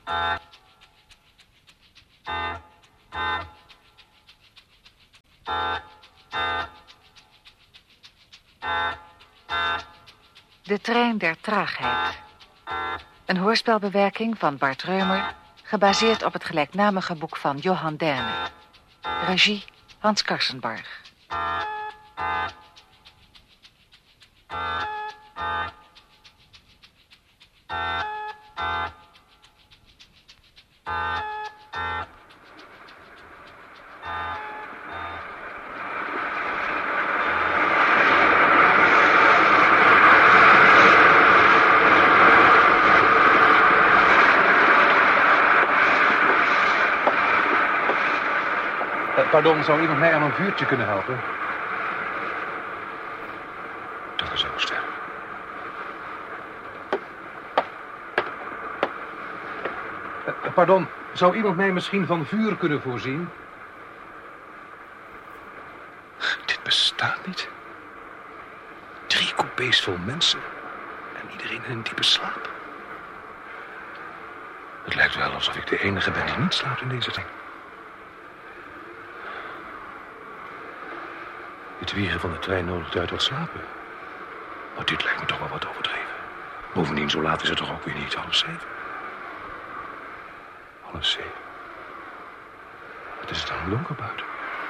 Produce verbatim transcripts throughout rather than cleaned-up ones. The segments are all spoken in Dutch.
De trein der traagheid. Een hoorspelbewerking van Bart Reumer, gebaseerd op het gelijknamige boek van Johan Derne. Regie Hans Karsenbarg. Pardon, zou iemand mij aan een vuurtje kunnen helpen? Dat is ook sterk. Uh, pardon, zou iemand mij misschien van vuur kunnen voorzien? Dit bestaat niet. Drie coupés vol mensen. En iedereen in een diepe slaap. Het lijkt wel alsof ik de enige ben die niet slaapt in deze ding. Het wieren van de trein nodigt uit wat slapen. Maar dit lijkt me toch wel wat overdreven. Bovendien, zo laat is het toch ook weer niet half zeven? Half zeven? Wat is het dan donker buiten?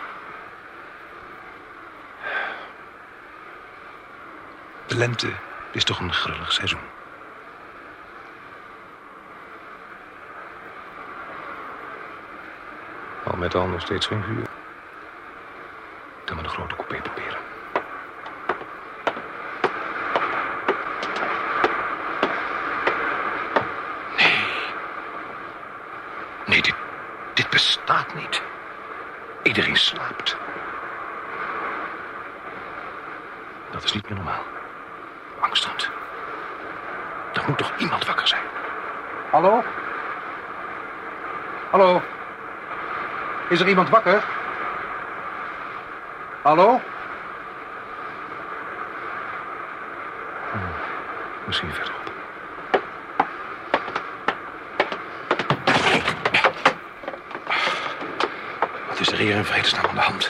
De lente is toch een grillig seizoen. Al met al nog steeds geen vuur. Dan maar een grote coupé proberen. Nee. Nee, dit, dit bestaat niet. Iedereen slaapt. Dat is niet meer normaal. Angstend. Er moet toch iemand wakker zijn. Hallo? Hallo? Is er iemand wakker? Hallo? Hmm, misschien verderop. Wat is er hier in vredesnaam aan de hand?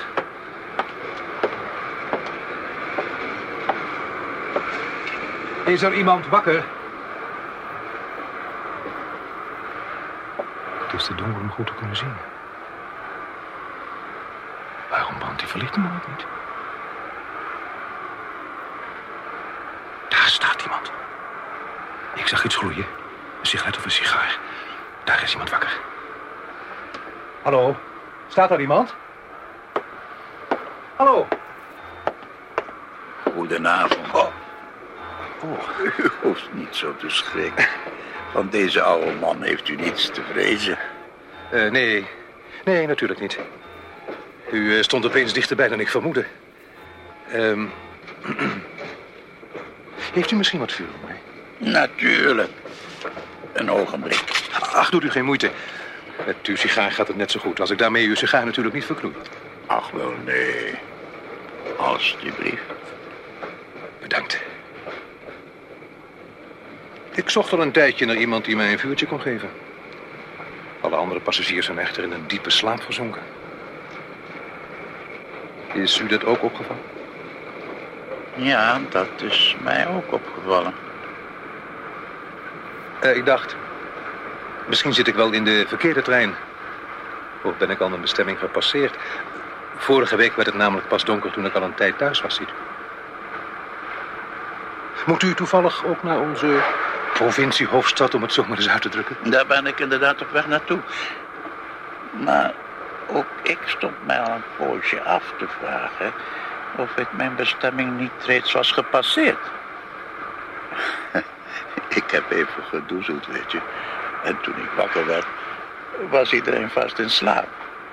Is er iemand wakker? Het is te donker om goed te kunnen zien. Waarom brandt die verlichting nog niet? Daar staat iemand. Ik zag iets gloeien. Een sigaret of een sigaar. Daar is iemand wakker. Hallo? Staat daar iemand? Hallo? Goedenavond. Oh. Oh. U hoeft niet zo te schrikken. Van deze oude man heeft u niets te vrezen. Uh, nee. Nee, natuurlijk niet. U uh, stond opeens dichterbij dan ik vermoedde. Um... Heeft u misschien wat vuur voor mij? Natuurlijk. Een ogenblik. Ach, doet u geen moeite. Met uw sigaar gaat het net zo goed. Als ik daarmee uw sigaar natuurlijk niet verknoei. Ach, wel, nee. Alsjeblieft. Bedankt. Ik zocht al een tijdje naar iemand die mij een vuurtje kon geven. Alle andere passagiers zijn echter in een diepe slaap gezonken. Is u dat ook opgevallen? Ja, dat is mij ook opgevallen. Uh, ik dacht, misschien zit ik wel in de verkeerde trein. Of ben ik al mijn bestemming gepasseerd. Vorige week werd het namelijk pas donker toen ik al een tijd thuis was, ziet u. Moet u toevallig ook naar onze provinciehoofdstad, om het zo maar eens uit te drukken? Daar ben ik inderdaad op weg naartoe. Maar ook ik stond mij al een poosje af te vragen of ik mijn bestemming niet reeds was gepasseerd. Ik heb even gedoezeld, weet je. En toen ik wakker werd, was iedereen vast in slaap.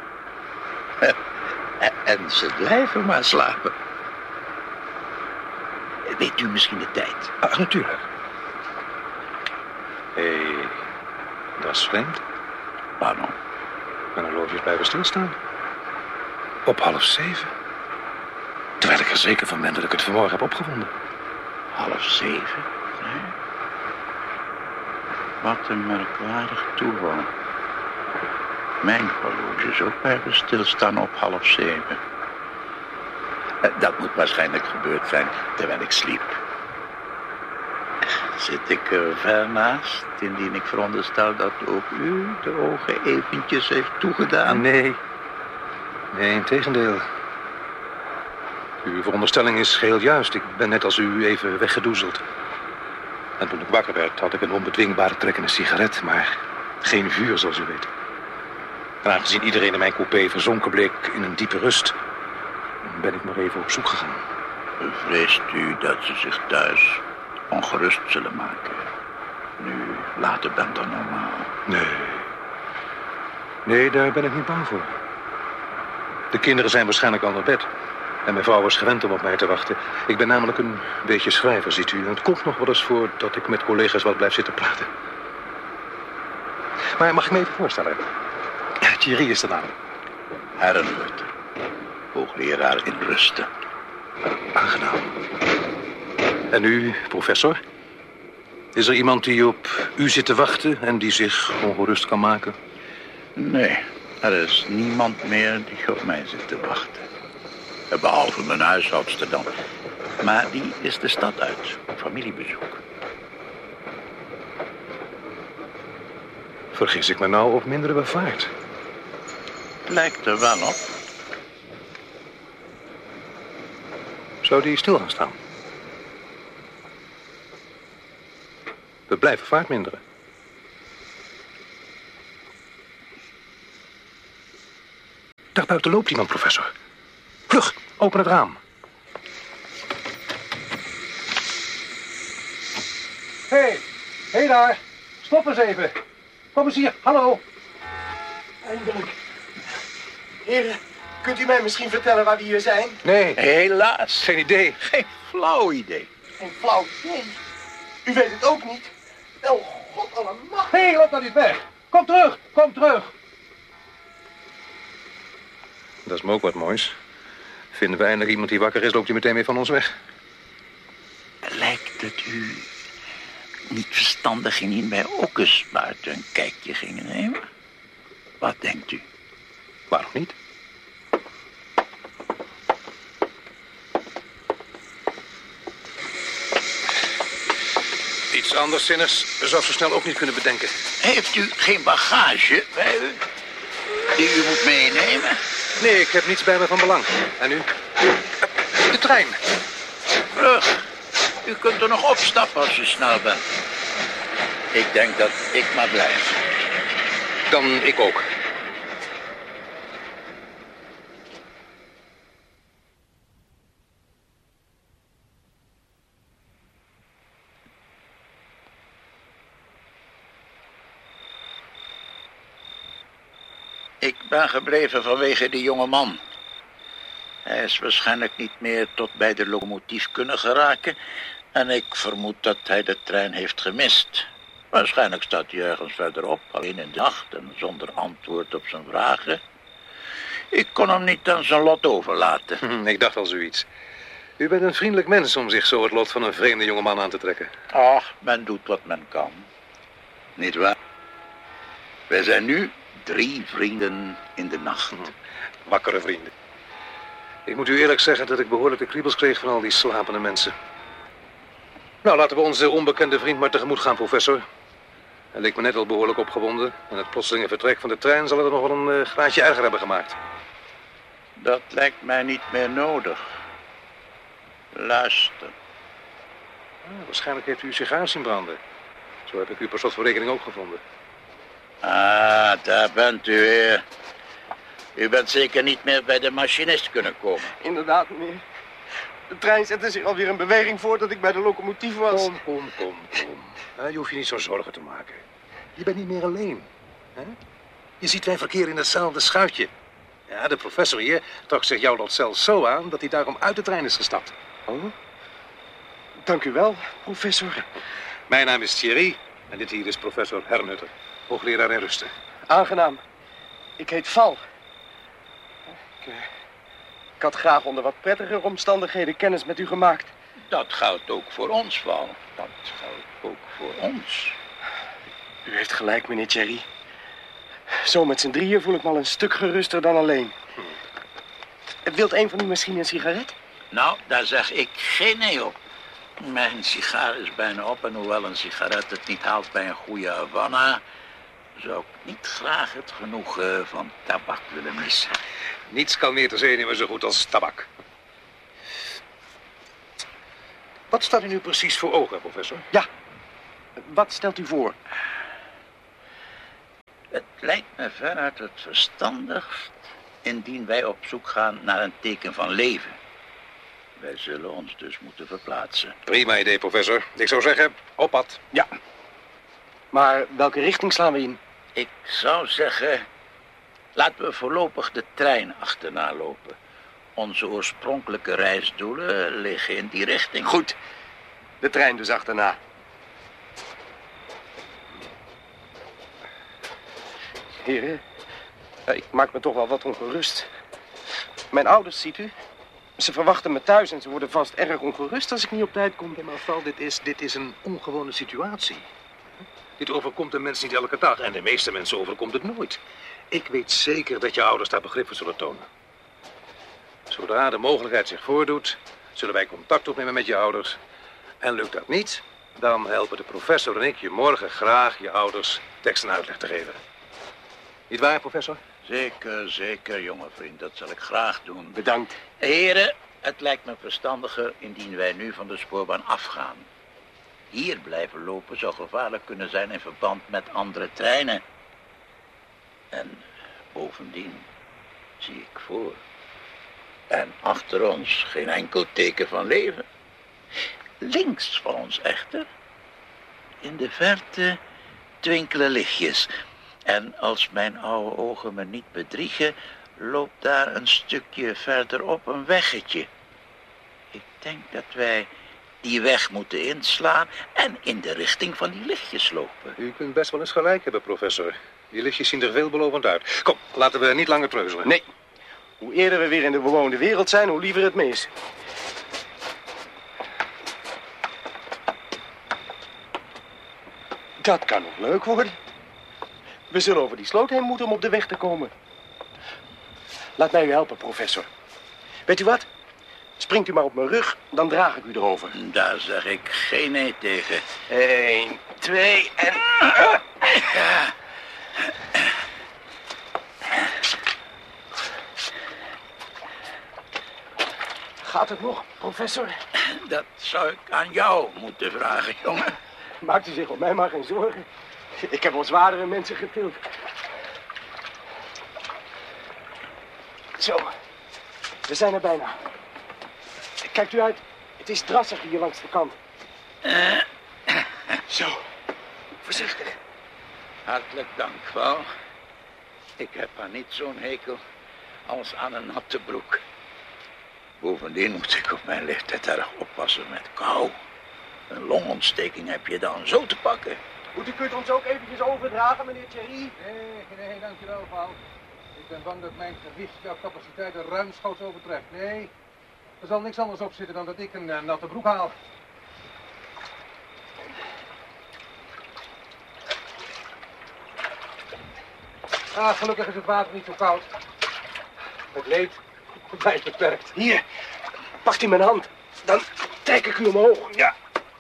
En ze blijven maar slapen. Weet u misschien de tijd? Ach, natuurlijk. Hé, hey, dat is vreemd. Pardon? Mijn horloge is blijven stilstaan. Op half zeven. Terwijl ik er zeker van ben dat ik het vanmorgen heb opgevonden. Half zeven? Nee. Wat een merkwaardig toeval. Mijn horloge is ook blijven stilstaan op half zeven. Dat moet waarschijnlijk gebeurd zijn terwijl ik sliep. Zit ik er ver naast, indien ik veronderstel dat ook u de ogen eventjes heeft toegedaan? Nee. Nee, integendeel. Uw veronderstelling is geheel juist. Ik ben net als u even weggedoezeld. En toen ik wakker werd, had ik een onbedwingbare trek in een sigaret, maar geen vuur, zoals u weet. En aangezien iedereen in mijn coupé verzonken bleek in een diepe rust, ben ik maar even op zoek gegaan. Vreest u dat ze zich thuis ongerust zullen maken? Nu later bent dan normaal. Nee. Nee, daar ben ik niet bang voor. De kinderen zijn waarschijnlijk al naar bed. En mijn vrouw was gewend om op mij te wachten. Ik ben namelijk een beetje schrijver, ziet u. En het komt nog wel eens voor dat ik met collega's wat blijf zitten praten. Maar mag ik me even voorstellen? Thierry is de naam. Herrenhut. Hoogleraar in rusten. Aangenaam. En u, professor? Is er iemand die op u zit te wachten en die zich ongerust kan maken? Nee, er is niemand meer die op mij zit te wachten. Behalve mijn huishoudster dan. Maar die is de stad uit, op familiebezoek. Vergis ik me nou of mindere bevaart? Lijkt er wel op. Zou die stil gaan staan? We blijven vaart minderen. Daar buiten loopt iemand, professor. Vlug, open het raam. Hé, hey, hé hey daar. Stop eens even. Kom eens hier, hallo. Eindelijk. Heren, kunt u mij misschien vertellen waar we hier zijn? Nee, Helaas. geen idee. Geen flauw idee. Geen flauw idee. U weet het ook niet. Wel, god allemaal. Hé, hey, loop nou niet weg. Kom terug, kom terug. Dat is me ook wat moois. Vinden we eindelijk iemand die wakker is, loopt hij meteen weer van ons weg. Lijkt het u niet verstandig indien wij ook eens buiten een kijkje gingen nemen? Wat denkt u? Waarom niet? Iets anderszinnigs zou ik zo snel ook niet kunnen bedenken. Heeft u geen bagage bij u die u moet meenemen? Nee, ik heb niets bij me van belang. En u? De trein. Vlug. U kunt er nog opstappen als u snel bent. Ik denk dat ik maar blijf. Dan ik ook. Ik ben gebleven vanwege die jonge man. Hij is waarschijnlijk niet meer tot bij de locomotief kunnen geraken. En ik vermoed dat hij de trein heeft gemist. Waarschijnlijk staat hij ergens verderop, alleen in de nacht en zonder antwoord op zijn vragen. Ik kon hem niet aan zijn lot overlaten. Hm, ik dacht al zoiets. U bent een vriendelijk mens om zich zo het lot van een vreemde jongeman aan te trekken. Ach, men doet wat men kan. Niet waar? Wij zijn nu drie vrienden in de nacht. Hm, wakkere vrienden. Ik moet u eerlijk zeggen dat ik behoorlijk de kriebels kreeg van al die slapende mensen. Nou, laten we onze onbekende vriend maar tegemoet gaan, professor. Hij leek me net al behoorlijk opgewonden. En het plotselinge vertrek van de trein zal het er nog wel een uh, graadje erger hebben gemaakt. Dat lijkt mij niet meer nodig. Luister. Ah, waarschijnlijk heeft u uw sigaar zien branden. Zo heb ik u per slot van rekening ook gevonden. Ah, daar bent u weer. U bent zeker niet meer bij de machinist kunnen komen. Inderdaad, meneer. De trein zette zich alweer in beweging voordat ik bij de locomotief was. Kom, kom, kom, kom. Uh, je hoeft je niet zo zorgen te maken. Je bent niet meer alleen. Hè? Je ziet, wij verkeren in hetzelfde schuitje. Ja, de professor hier trok zich jouw lot zelfs zo aan dat hij daarom uit de trein is gestapt. Oh? Dank u wel, professor. Mijn naam is Thierry en dit hier is professor Herrenhutter, hoogleraar in rusten. Aangenaam. Ik heet Val. Ik, uh, ik had graag onder wat prettiger omstandigheden kennis met u gemaakt. Dat geldt ook voor ons, Val. Dat geldt ook voor ons. U heeft gelijk, meneer Thierry. Zo met z'n drieën voel ik me al een stuk geruster dan alleen. Wilt een van u misschien een sigaret? Nou, daar zeg ik geen nee op. Mijn sigaar is bijna op en hoewel een sigaret het niet haalt bij een goede Havana, zou ik niet graag het genoegen van tabak willen missen. Niets kan meer te zenuwen zo goed als tabak. Wat staat u nu precies voor ogen, professor? Ja. Wat stelt u voor? Het lijkt me veruit het verstandigst indien wij op zoek gaan naar een teken van leven. Wij zullen ons dus moeten verplaatsen. Prima idee, professor. Ik zou zeggen, op pad. Ja. Maar welke richting slaan we in? Ik zou zeggen, laten we voorlopig de trein achterna lopen. Onze oorspronkelijke reisdoelen liggen in die richting. Goed. De trein dus achterna. Heren, ik maak me toch wel wat ongerust. Mijn ouders, ziet u, ze verwachten me thuis en ze worden vast erg ongerust als ik niet op tijd kom. Ja, maar Val, dit is, dit is een ongewone situatie. Dit overkomt de mensen niet elke dag en de meeste mensen overkomt het nooit. Ik weet zeker dat je ouders daar begrip voor zullen tonen. Zodra de mogelijkheid zich voordoet, zullen wij contact opnemen met je ouders. En lukt dat niet, dan helpen de professor en ik je morgen graag je ouders tekst en uitleg te geven. Niet waar, professor? Zeker, zeker, jonge vriend. Dat zal ik graag doen. Bedankt. Heren, het lijkt me verstandiger indien wij nu van de spoorbaan afgaan. Hier blijven lopen zou gevaarlijk kunnen zijn in verband met andere treinen. En bovendien zie ik voor en achter ons geen enkel teken van leven. Links van ons echter, in de verte twinkelen lichtjes. En als mijn oude ogen me niet bedriegen, loopt daar een stukje verderop een weggetje. Ik denk dat wij die weg moeten inslaan en in de richting van die lichtjes lopen. U kunt best wel eens gelijk hebben, professor. Die lichtjes zien er veelbelovend uit. Kom, laten we niet langer treuzelen. Nee. Hoe eerder we weer in de bewoonde wereld zijn, hoe liever het me is. Dat kan nog leuk worden. We zullen over die sloot heen moeten om op de weg te komen. Laat mij u helpen, professor. Weet u wat? Springt u maar op mijn rug, dan draag ik u erover. Daar zeg ik geen nee tegen. Eén, twee en... Ja. Gaat het nog, professor? Dat zou ik aan jou moeten vragen, jongen. Maakt u zich op mij maar geen zorgen. Ik heb al zwaardere mensen getild. Zo, we zijn er bijna. Kijkt u uit, het is drassig hier langs de kant. Uh. Zo, voorzichtig. Hartelijk dank, Val. Ik heb aan niet zo'n hekel als aan een natte broek. Bovendien moet ik op mijn leeftijd erg oppassen met kou. Een longontsteking heb je dan zo te pakken. Moet u kunt ons ook eventjes overdragen, meneer Thierry? Nee, nee, dankjewel, Val. Ik ben bang dat mijn gewicht jouw capaciteiten ruimschoots overtreft. Nee, er zal niks anders op zitten dan dat ik een uh, natte broek haal. Ah, gelukkig is het water niet zo koud. Het leed blijft beperkt. Hier, pakt u mijn hand. Dan trek ik u omhoog. Ja.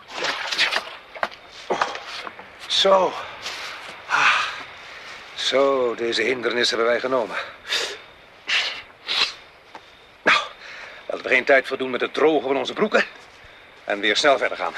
Zo. Ah. Zo, deze hindernis hebben wij genomen. Nou, laten we geen tijd verdoen met het drogen van onze broeken. En weer snel verder gaan.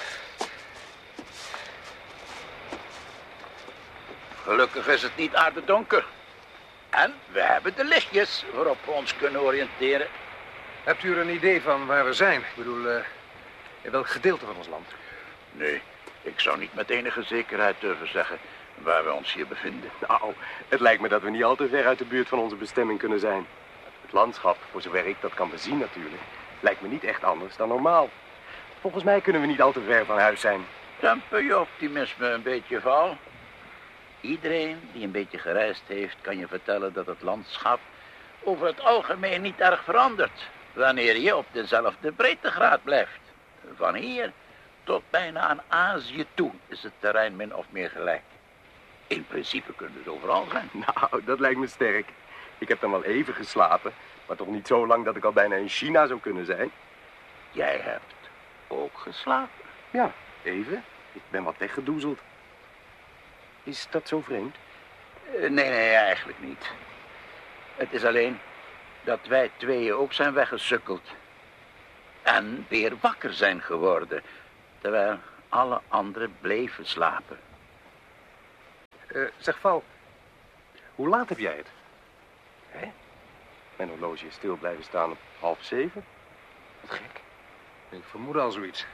Gelukkig is het niet aardedonker. En we hebben de lichtjes waarop we ons kunnen oriënteren. Hebt u er een idee van waar we zijn? Ik bedoel, uh, in welk gedeelte van ons land? Nee, ik zou niet met enige zekerheid durven zeggen waar we ons hier bevinden. Nou, het lijkt me dat we niet al te ver uit de buurt van onze bestemming kunnen zijn. Het landschap, voor zover ik dat kan bezien natuurlijk, lijkt me niet echt anders dan normaal. Volgens mij kunnen we niet al te ver van huis zijn. Temper je optimisme een beetje, Val. Iedereen die een beetje gereisd heeft, kan je vertellen dat het landschap over het algemeen niet erg verandert, wanneer je op dezelfde breedtegraad blijft. Van hier tot bijna aan Azië toe is het terrein min of meer gelijk. In principe kunnen ze overal zijn. Nou, dat lijkt me sterk. Ik heb dan wel even geslapen, maar toch niet zo lang dat ik al bijna in China zou kunnen zijn. Jij hebt ook geslapen? Ja, even. Ik ben wat weggedoezeld. Is dat zo vreemd? Uh, nee, nee, eigenlijk niet. Het is alleen dat wij tweeën ook zijn weggesukkeld. En weer wakker zijn geworden, terwijl alle anderen bleven slapen. Uh, zeg, Val, hoe laat heb jij het? Hè? Mijn horloge is stil blijven staan op half zeven. Wat gek. Ik vermoed al zoiets.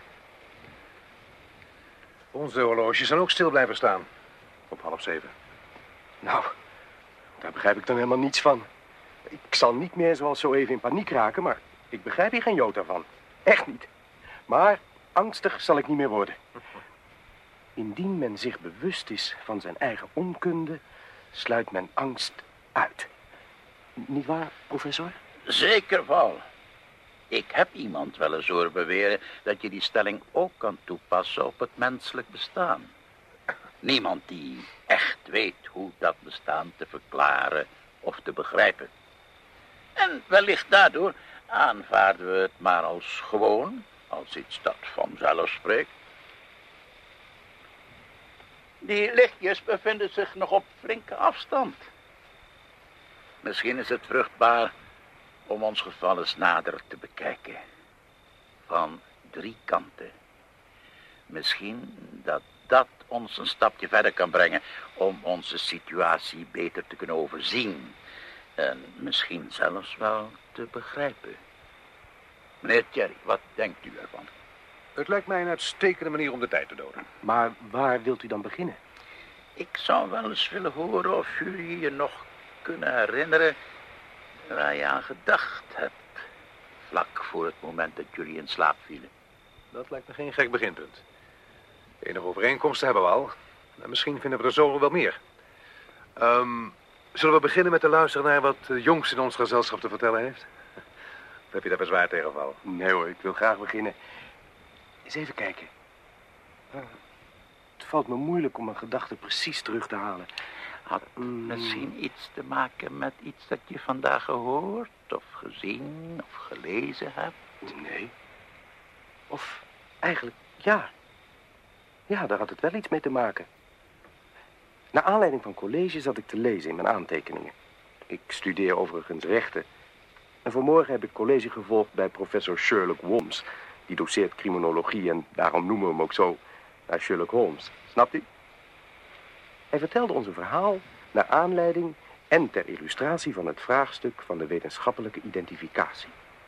Onze horloges zijn ook stil blijven staan. Op half zeven. Nou, daar begrijp ik dan helemaal niets van. Ik zal niet meer zoals zo even in paniek raken, maar ik begrijp hier geen jota van. Echt niet. Maar angstig zal ik niet meer worden. Indien men zich bewust is van zijn eigen onkunde, sluit men angst uit. Niet waar, professor? Zeker wel. Ik heb iemand wel eens horen beweren dat je die stelling ook kan toepassen op het menselijk bestaan. Niemand die echt weet hoe dat bestaan te verklaren of te begrijpen. En wellicht daardoor aanvaarden we het maar als gewoon, als iets dat vanzelf spreekt. Die lichtjes bevinden zich nog op flinke afstand. Misschien is het vruchtbaar om ons geval eens nader te bekijken. Van drie kanten. Misschien dat dat ons een stapje verder kan brengen om onze situatie beter te kunnen overzien. En misschien zelfs wel te begrijpen. Meneer Thierry, wat denkt u ervan? Het lijkt mij een uitstekende manier om de tijd te doden. Maar waar wilt u dan beginnen? Ik zou wel eens willen horen of jullie je nog kunnen herinneren waar je aan gedacht hebt. Vlak voor het moment dat jullie in slaap vielen. Dat lijkt me geen gek beginpunt. Enige overeenkomsten hebben we al. En misschien vinden we er zo wel meer. Um, zullen we beginnen met te luisteren naar wat de jongste in ons gezelschap te vertellen heeft? Of heb je daar bezwaar tegen, Val? Nee hoor, ik wil graag beginnen. Eens even kijken. Uh, het valt me moeilijk om mijn gedachten precies terug te halen. Had het mm. misschien iets te maken met iets dat je vandaag gehoord of gezien of gelezen hebt? Nee. Of eigenlijk, ja. Ja, daar had het wel iets mee te maken. Naar aanleiding van college zat ik te lezen in mijn aantekeningen. Ik studeer overigens rechten. En vanmorgen heb ik college gevolgd bij professor Sherlock Holmes. Die doceert criminologie en daarom noemen we hem ook zo naar Sherlock Holmes. Snapt u? Hij vertelde ons een verhaal naar aanleiding en ter illustratie van het vraagstuk van de wetenschappelijke identificatie.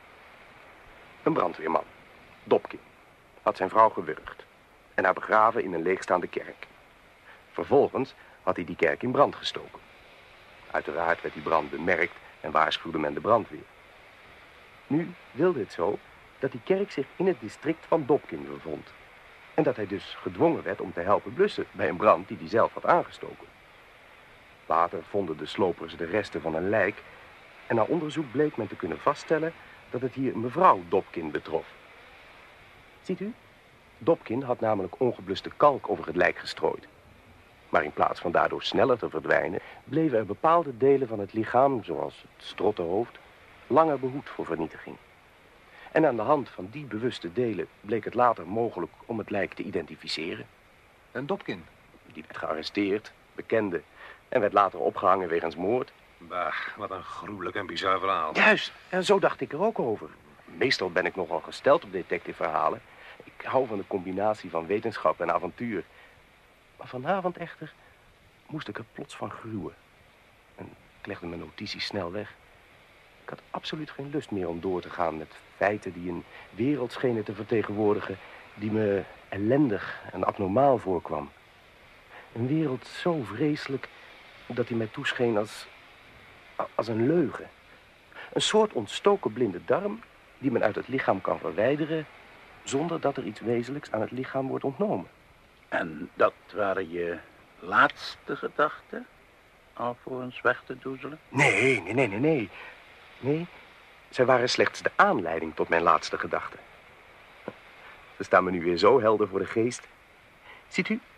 Een brandweerman, Dobkin, had zijn vrouw gewurgd en haar begraven in een leegstaande kerk. Vervolgens had hij die kerk in brand gestoken. Uiteraard werd die brand bemerkt en waarschuwde men de brandweer. Nu wilde het zo dat die kerk zich in het district van Dobkin bevond. En dat hij dus gedwongen werd om te helpen blussen bij een brand die hij zelf had aangestoken. Later vonden de slopers de resten van een lijk en na onderzoek bleek men te kunnen vaststellen dat het hier mevrouw Dobkin betrof. Ziet u? Dobkin had namelijk ongebluste kalk over het lijk gestrooid. Maar in plaats van daardoor sneller te verdwijnen, bleven er bepaalde delen van het lichaam, zoals het strottenhoofd, langer behoed voor vernietiging. En aan de hand van die bewuste delen bleek het later mogelijk om het lijk te identificeren. En Dobkin? Die werd gearresteerd, bekende en werd later opgehangen wegens moord. Bah, wat een gruwelijk en bizar verhaal. Juist, en zo dacht ik er ook over. Meestal ben ik nogal gesteld op detectiveverhalen. Ik hou van de combinatie van wetenschap en avontuur. Maar vanavond echter moest ik er plots van gruwen. En ik legde mijn notities snel weg. Ik had absoluut geen lust meer om door te gaan met feiten die een wereld schenen te vertegenwoordigen die me ellendig en abnormaal voorkwam. Een wereld zo vreselijk dat die mij toescheen als, als een leugen. Een soort ontstoken blinde darm die men uit het lichaam kan verwijderen zonder dat er iets wezenlijks aan het lichaam wordt ontnomen. En dat waren je laatste gedachten, alvorens weg te doezelen? Nee, nee, nee, nee, nee. Nee, zij waren slechts de aanleiding tot mijn laatste gedachten. Ze staan me nu weer zo helder voor de geest. Ziet u,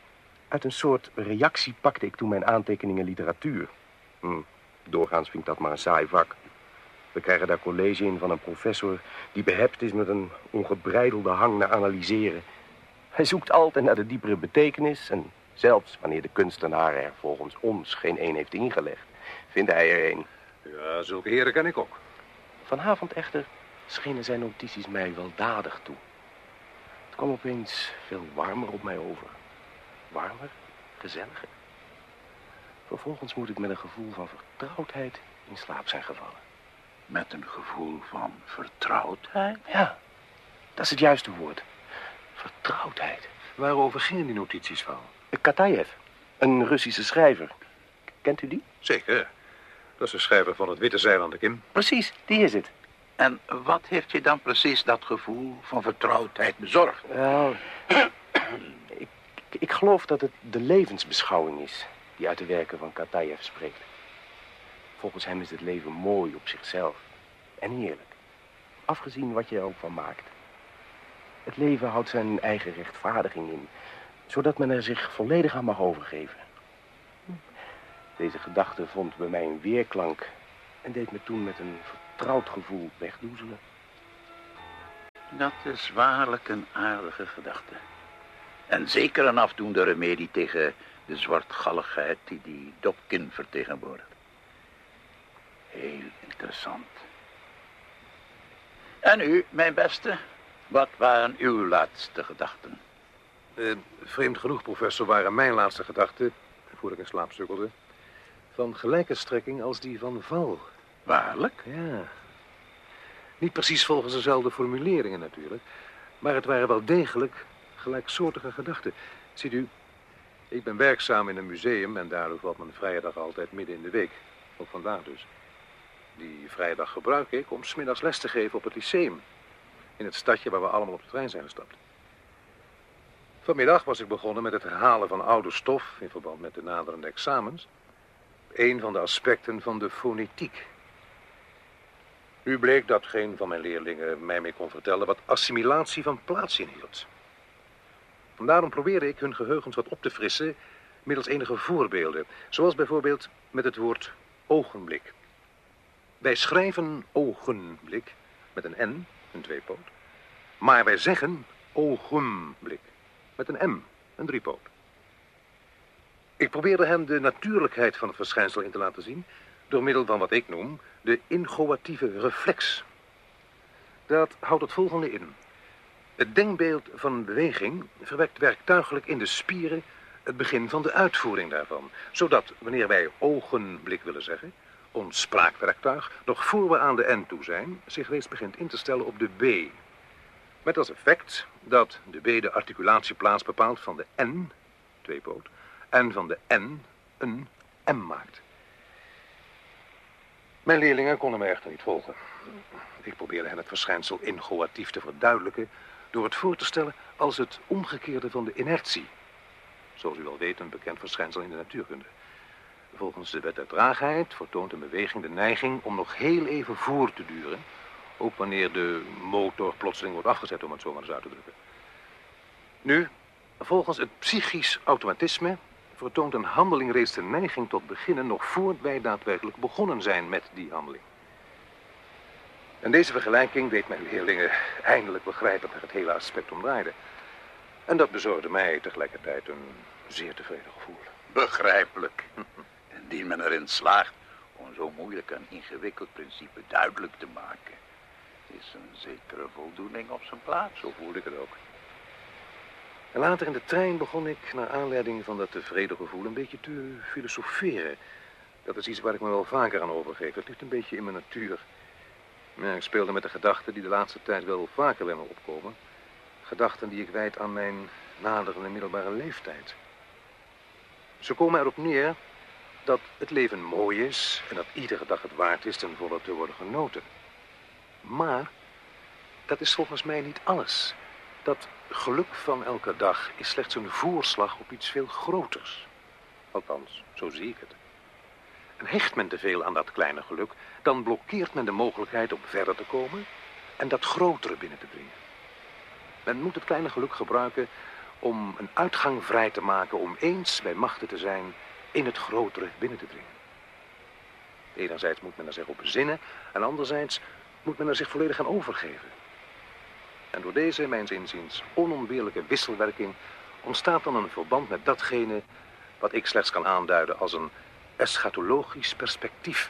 Uit een soort reactie pakte ik toen mijn aantekeningen literatuur. Hm, doorgaans vind ik dat maar een saai vak. We krijgen daar college in van een professor die behept is met een ongebreidelde hang naar analyseren. Hij zoekt altijd naar de diepere betekenis en zelfs wanneer de kunstenaar er volgens ons geen een heeft ingelegd, vindt hij er een. Ja, zulke heren ken ik ook. Vanavond echter schenen zijn notities mij weldadig toe. Het kwam opeens veel warmer op mij over. Warmer, gezelliger. Vervolgens moet ik met een gevoel van vertrouwdheid in slaap zijn gevallen. Met een gevoel van vertrouwdheid? Ja, dat is het juiste woord. Vertrouwdheid. Waarover gingen die notities van? Kataev, een Russische schrijver. Kent u die? Zeker. Dat is de schrijver van Het Witte Zeil aan de Kim. Precies, die is het. En wat heeft je dan precies dat gevoel van vertrouwdheid bezorgd? Wel, ik, ik geloof dat het de levensbeschouwing is die uit de werken van Kataev spreekt. Volgens hem is het leven mooi op zichzelf en heerlijk, afgezien wat je er ook van maakt. Het leven houdt zijn eigen rechtvaardiging in, zodat men er zich volledig aan mag overgeven. Deze gedachte vond bij mij een weerklank en deed me toen met een vertrouwd gevoel wegdoezelen. Dat is waarlijk een aardige gedachte. En zeker een afdoende remedie tegen de zwartgalligheid die die Dobkin vertegenwoordigt. Heel interessant. En u, mijn beste, wat waren uw laatste gedachten? Uh, vreemd genoeg, professor, waren mijn laatste gedachten, voor ik in slaap sukkelde, van gelijke strekking als die van Val. Waarlijk? Ja. Niet precies volgens dezelfde formuleringen natuurlijk, maar het waren wel degelijk gelijksoortige gedachten. Ziet u, ik ben werkzaam in een museum en daardoor valt mijn vrije dag altijd midden in de week. Ook vandaag dus. Die vrije dag gebruik ik om 's middags les te geven op het lyceum. In het stadje waar we allemaal op de trein zijn gestapt. Vanmiddag was ik begonnen met het herhalen van oude stof in verband met de naderende examens. Een van de aspecten van de fonetiek. Nu bleek dat geen van mijn leerlingen mij mee kon vertellen wat assimilatie van plaats inhield. En daarom probeerde ik hun geheugens wat op te frissen middels enige voorbeelden. Zoals bijvoorbeeld met het woord ogenblik. Wij schrijven ogenblik met een N, een tweepoot. Maar wij zeggen ogenblik met een M, een driepoot. Ik probeerde hem de natuurlijkheid van het verschijnsel in te laten zien door middel van wat ik noem de inchoatieve reflex. Dat houdt het volgende in. Het denkbeeld van beweging verwekt werktuigelijk in de spieren het begin van de uitvoering daarvan. Zodat, wanneer wij ogenblik willen zeggen, ons spraakwerktuig, nog voor we aan de N toe zijn, zich reeds begint in te stellen op de B. Met als effect dat de B de articulatieplaats bepaalt van de N, tweepoot, en van de N een M maakt. Mijn leerlingen konden me echter niet volgen. Ik probeerde hen het verschijnsel inchoatief te verduidelijken door het voor te stellen als het omgekeerde van de inertie. Zoals u al weet, een bekend verschijnsel in de natuurkunde. Volgens de wet der traagheid vertoont een beweging de neiging om nog heel even voor te duren, ook wanneer de motor plotseling wordt afgezet, om het zo maar eens uit te drukken. Nu, volgens het psychisch automatisme vertoont een handeling reeds de neiging tot beginnen nog voor wij daadwerkelijk begonnen zijn met die handeling. En deze vergelijking deed mijn leerlingen eindelijk begrijpen waar het hele aspect om draaide. En dat bezorgde mij tegelijkertijd een zeer tevreden gevoel. Begrijpelijk. Indien men erin slaagt om zo moeilijk en ingewikkeld principe duidelijk te maken, is een zekere voldoening op zijn plaats. Zo voelde ik het ook. En later in de trein begon ik, naar aanleiding van dat tevreden gevoel, een beetje te filosoferen. Dat is iets waar ik me wel vaker aan overgeef. Het ligt een beetje in mijn natuur. Ja, ik speelde met de gedachten die de laatste tijd wel vaker bij me opkomen. Gedachten die ik wijd aan mijn naderende middelbare leeftijd. Ze komen erop neer dat het leven mooi is en dat iedere dag het waard is ten volle te worden genoten. Maar dat is volgens mij niet alles. Dat geluk van elke dag is slechts een voorslag op iets veel groters. Althans, zo zie ik het. En hecht men te veel aan dat kleine geluk, dan blokkeert men de mogelijkheid om verder te komen en dat grotere binnen te dringen. Men moet het kleine geluk gebruiken om een uitgang vrij te maken om eens bij machten te zijn in het grotere binnen te dringen. Enerzijds moet men er zich op bezinnen en anderzijds moet men er zich volledig aan overgeven. En door deze, mijns inziens, onontbeerlijke wisselwerking ontstaat dan een verband met datgene wat ik slechts kan aanduiden als een eschatologisch perspectief.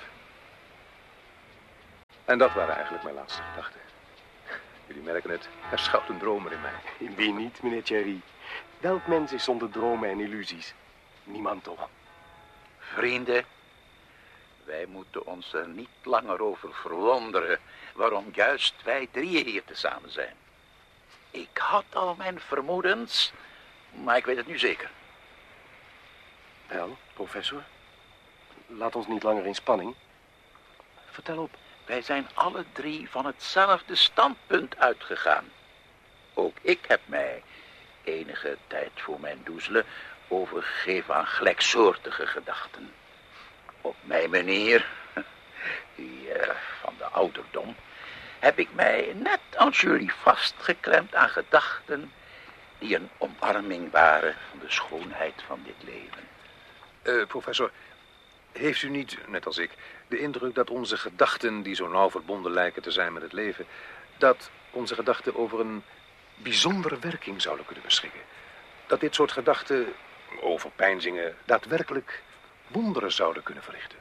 En dat waren eigenlijk mijn laatste gedachten. Jullie merken het, er schuilt een dromer in mij. In wie niet, meneer Thierry? Welk mens is zonder dromen en illusies? Niemand toch? Vrienden, wij moeten ons er niet langer over verwonderen waarom juist wij drieën hier tezamen zijn. Ik had al mijn vermoedens, maar ik weet het nu zeker. Wel, professor, laat ons niet langer in spanning. Vertel op. Wij zijn alle drie van hetzelfde standpunt uitgegaan. Ook ik heb mij enige tijd voor mijn doezelen overgegeven aan gelijksoortige gedachten. Op mijn manier, die uh, van de ouderdom, heb ik mij net als jullie vastgeklemd aan gedachten die een omarming waren van de schoonheid van dit leven. Uh, professor, heeft u niet, net als ik, de indruk dat onze gedachten, die zo nauw verbonden lijken te zijn met het leven, dat onze gedachten over een bijzondere werking zouden kunnen beschikken? Dat dit soort gedachten, overpeinzingen, daadwerkelijk wonderen zouden kunnen verrichten?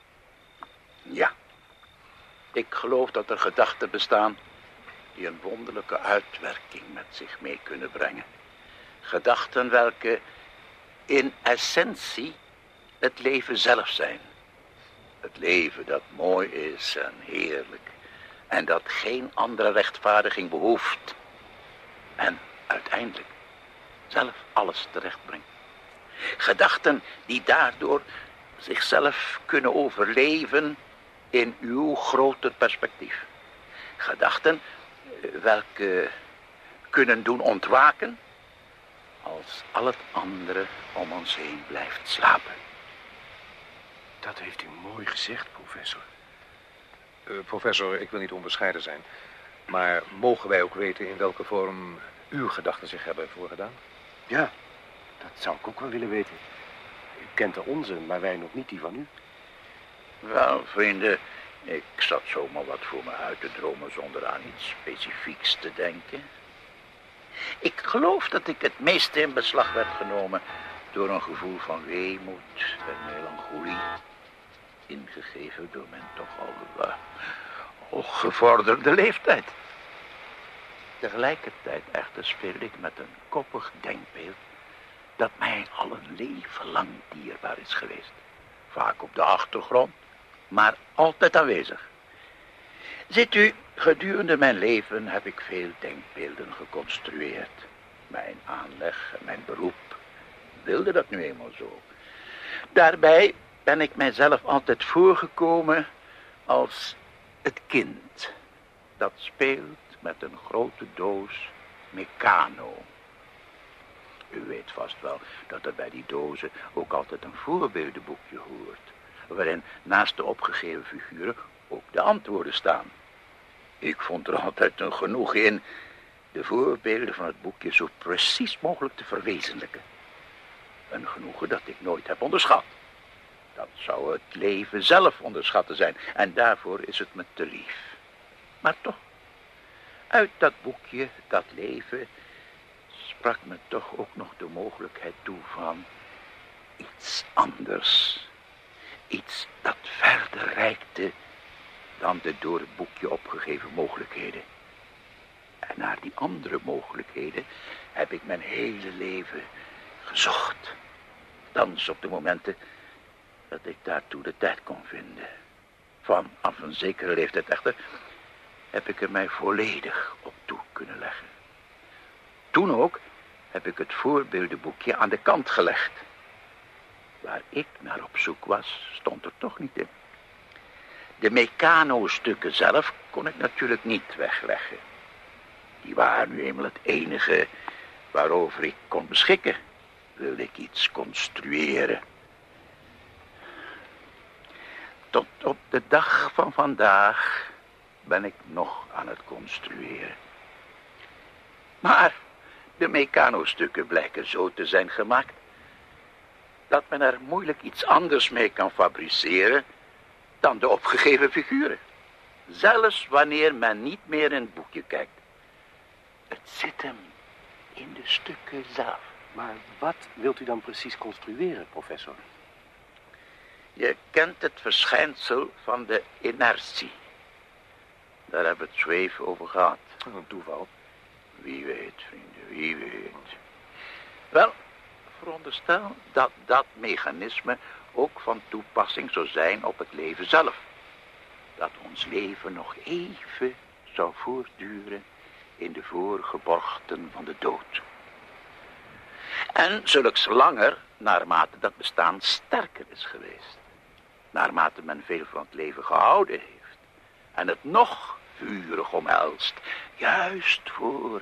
Ja, ik geloof dat er gedachten bestaan die een wonderlijke uitwerking met zich mee kunnen brengen. Gedachten welke in essentie het leven zelf zijn. Het leven dat mooi is en heerlijk en dat geen andere rechtvaardiging behoeft. En uiteindelijk zelf alles terechtbrengt. Gedachten die daardoor zichzelf kunnen overleven in uw groter perspectief. Gedachten welke kunnen doen ontwaken als al het andere om ons heen blijft slapen. Dat heeft u mooi gezegd, professor. Uh, professor, ik wil niet onbescheiden zijn, maar mogen wij ook weten in welke vorm uw gedachten zich hebben voorgedaan? Ja, dat zou ik ook wel willen weten. U kent de onze, maar wij nog niet die van u. Wel, vrienden, ik zat zomaar wat voor me uit te dromen zonder aan iets specifieks te denken. Ik geloof dat ik het meeste in beslag werd genomen door een gevoel van weemoed en melancholie, ingegeven door mijn toch al uh, hooggevorderde leeftijd. Tegelijkertijd echter speelde ik met een koppig denkbeeld dat mij al een leven lang dierbaar is geweest. Vaak op de achtergrond, maar altijd aanwezig. Ziet u, gedurende mijn leven heb ik veel denkbeelden geconstrueerd. Mijn aanleg en mijn beroep wilde dat nu eenmaal zo. Daarbij ben ik mijzelf altijd voorgekomen als het kind dat speelt met een grote doos Meccano. U weet vast wel dat er bij die dozen ook altijd een voorbeeldenboekje hoort, waarin naast de opgegeven figuren ook de antwoorden staan. Ik vond er altijd een genoegen in de voorbeelden van het boekje zo precies mogelijk te verwezenlijken. Een genoegen dat ik nooit heb onderschat. Dat zou het leven zelf onderschatten zijn en daarvoor is het me te lief. Maar toch, uit dat boekje, dat leven, sprak me toch ook nog de mogelijkheid toe van iets anders. Iets dat verder reikte dan de door het boekje opgegeven mogelijkheden. En naar die andere mogelijkheden heb ik mijn hele leven gezocht. Thans op de momenten dat ik daartoe de tijd kon vinden. Vanaf een zekere leeftijd echter heb ik er mij volledig op toe kunnen leggen. Toen ook heb ik het voorbeeldenboekje aan de kant gelegd. Waar ik naar op zoek was, stond er toch niet in. De Meccano-stukken zelf kon ik natuurlijk niet wegleggen. Die waren nu eenmaal het enige waarover ik kon beschikken. Wilde ik iets construeren. Tot op de dag van vandaag ben ik nog aan het construeren. Maar De mecanostukken blijken zo te zijn gemaakt dat men er moeilijk iets anders mee kan fabriceren dan de opgegeven figuren. Zelfs wanneer men niet meer in het boekje kijkt. Het zit hem in de stukken zelf. Maar wat wilt u dan precies construeren, professor? Je kent het verschijnsel van de inertie. Daar hebben we het zo even over gehad. Een toeval. Wie weet, vrienden, wie weet. Wel, veronderstel dat dat mechanisme ook van toepassing zou zijn op het leven zelf. Dat ons leven nog even zou voortduren in de voorgeborchten van de dood. En zulks langer naarmate dat bestaan sterker is geweest. Naarmate men veel van het leven gehouden heeft. En het nog vurig omhelst. Juist voor...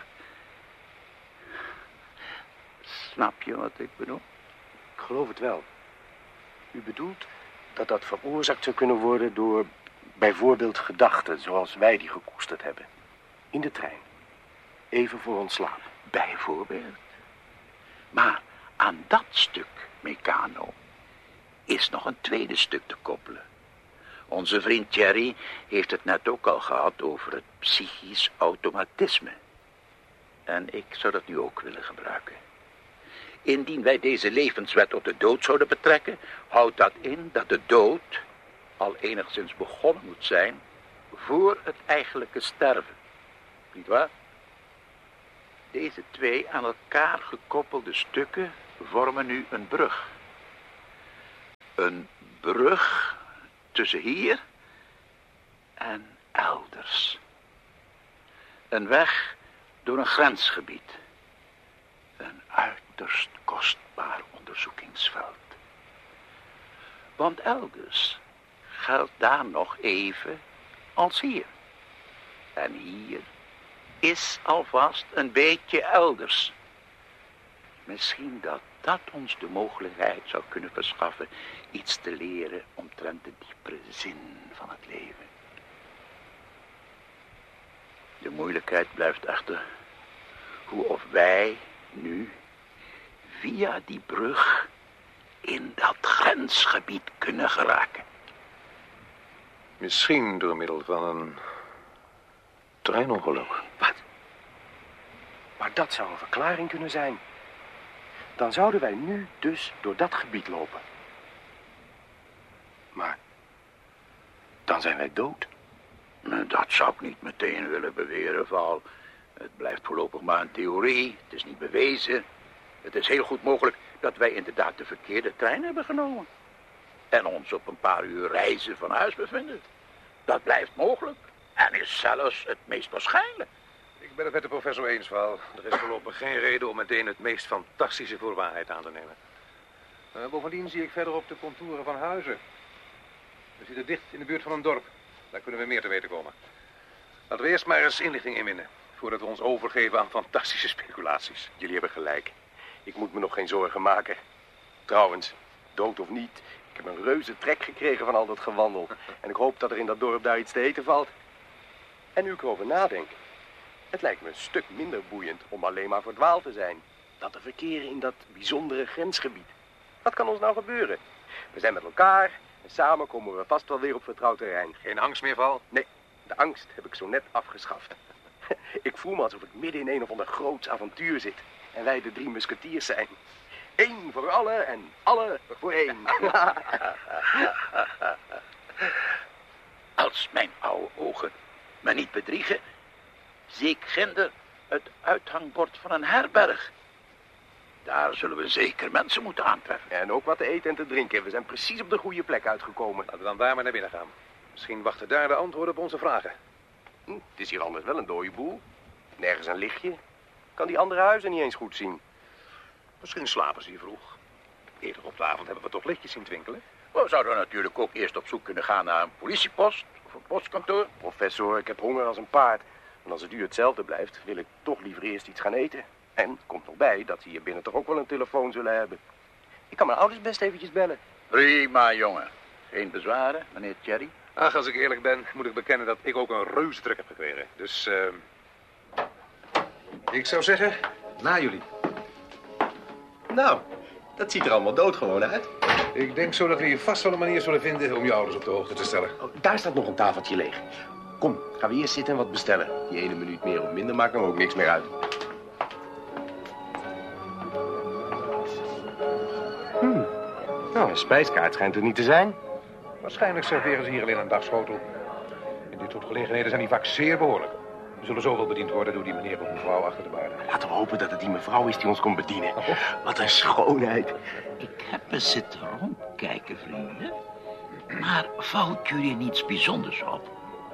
Snap je wat ik bedoel? Ik geloof het wel. U bedoelt dat dat veroorzaakt zou kunnen worden door bijvoorbeeld gedachten zoals wij die gekoesterd hebben. In de trein. Even voor ons slaap. Bijvoorbeeld. Maar aan dat stuk, Meccano, is nog een tweede stuk te koppelen. Onze vriend Jerry heeft het net ook al gehad over het psychisch automatisme. En ik zou dat nu ook willen gebruiken. Indien wij deze levenswet op de dood zouden betrekken, houdt dat in dat de dood al enigszins begonnen moet zijn voor het eigenlijke sterven. Niet waar? Deze twee aan elkaar gekoppelde stukken vormen nu een brug. Een brug tussen hier en elders. Een weg door een grensgebied. Een uiterst kostbaar onderzoekingsveld. Want elders geldt daar nog even als hier. En hier is alvast een beetje elders. Misschien dat dat ons de mogelijkheid zou kunnen verschaffen iets te leren omtrent de diepere zin van het leven. De moeilijkheid blijft echter hoe of wij nu via die brug in dat grensgebied kunnen geraken. Misschien door middel van een treinongeluk. Wat? Maar dat zou een verklaring kunnen zijn. Dan zouden wij nu dus door dat gebied lopen. Maar dan zijn wij dood. Dat zou ik niet meteen willen beweren, Val. Het blijft voorlopig maar een theorie. Het is niet bewezen. Het is heel goed mogelijk dat wij inderdaad de verkeerde trein hebben genomen. En ons op een paar uur reizen van huis bevinden. Dat blijft mogelijk. En is zelfs het meest waarschijnlijk. Ik ben het met de professor eens, Val. Er is voorlopig geen reden om meteen het meest fantastische voor waarheid aan te nemen. Uh, bovendien zie ik verderop de contouren van huizen. We zitten dicht in de buurt van een dorp. Daar kunnen we meer te weten komen. Laten we eerst maar eens inlichting inwinnen, voordat we ons overgeven aan fantastische speculaties. Jullie hebben gelijk. Ik moet me nog geen zorgen maken. Trouwens, dood of niet, ik heb een reuze trek gekregen van al dat gewandel. En ik hoop dat er in dat dorp daar iets te eten valt. En nu ik erover nadenk, het lijkt me een stuk minder boeiend om alleen maar verdwaald te zijn. Dan te verkeren in dat bijzondere grensgebied. Wat kan ons nou gebeuren? We zijn met elkaar en samen komen we vast wel weer op vertrouwd terrein. Geen angst meer, Val? Nee, de angst heb ik zo net afgeschaft. Ik voel me alsof ik midden in een of ander groots avontuur zit. En wij de drie musketiers zijn. Eén voor alle en alle voor één. Als mijn oude ogen me niet bedriegen, zie ik ginder het uithangbord van een herberg. Daar zullen we zeker mensen moeten aantreffen. En ook wat te eten en te drinken. We zijn precies op de goede plek uitgekomen. Laten we dan daar maar naar binnen gaan. Misschien wachten daar de antwoorden op onze vragen. Hm, het is hier anders wel een dode boel. Nergens een lichtje. Kan die andere huizen niet eens goed zien. Misschien slapen ze hier vroeg. Eerder op de avond hebben we toch lichtjes zien twinkelen. We zouden natuurlijk ook eerst op zoek kunnen gaan naar een politiepost of een postkantoor. Professor, ik heb honger als een paard. En als het u hetzelfde blijft, wil ik toch liever eerst iets gaan eten. En het komt nog bij dat ze hier binnen toch ook wel een telefoon zullen hebben. Ik kan mijn ouders best eventjes bellen. Prima, jongen. Geen bezwaren, meneer Thierry? Ach, als ik eerlijk ben, moet ik bekennen dat ik ook een reuze druk heb gekregen. Dus, uh... ik zou zeggen, Na jullie. Nou, dat ziet er allemaal doodgewoon uit. Ik denk zo dat we hier vast wel een manier zullen vinden om je ouders op de hoogte te stellen. Oh, daar staat nog een tafeltje leeg. Kom, gaan we eerst zitten en wat bestellen. Die ene minuut meer of minder maakt hem ook niks meer uit. Hmm. Nou, een spijskaart schijnt er niet te zijn. Waarschijnlijk serveren ze hier alleen een dagschotel. In dit soort gelegenheden zijn die vaak zeer behoorlijk. We zullen zoveel bediend worden door die meneer of mevrouw achter de bar. Laten we hopen dat het die mevrouw is die ons komt bedienen. Wat een schoonheid. Ik heb eens zitten rondkijken, vrienden. Maar valt jullie niets bijzonders op?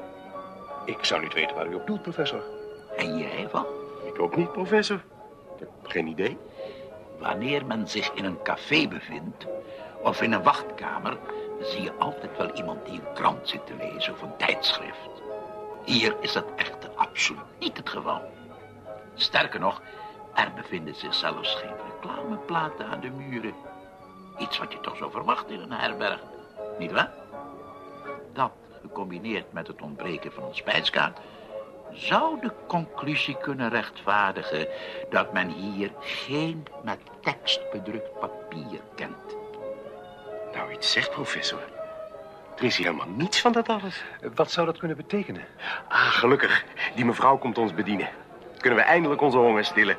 Ik zou niet weten waar u op doet, professor. En jij van? Ik ook niet, professor. Ik heb geen idee. Wanneer men zich in een café bevindt of in een wachtkamer, zie je altijd wel iemand die een krant zit te lezen of een tijdschrift. Hier is dat echter absoluut niet het geval. Sterker nog, er bevinden zich zelfs geen reclameplaten aan de muren. Iets wat je toch zou verwachten in een herberg, nietwaar? Dat, gecombineerd met het ontbreken van een spijskaart, zou de conclusie kunnen rechtvaardigen dat men hier geen met tekst bedrukt papier kent. Nou, iets zegt, professor. Er is hier helemaal niets van dat alles. Wat zou dat kunnen betekenen? Ah, gelukkig. Die mevrouw komt ons bedienen. Kunnen we eindelijk onze honger stillen.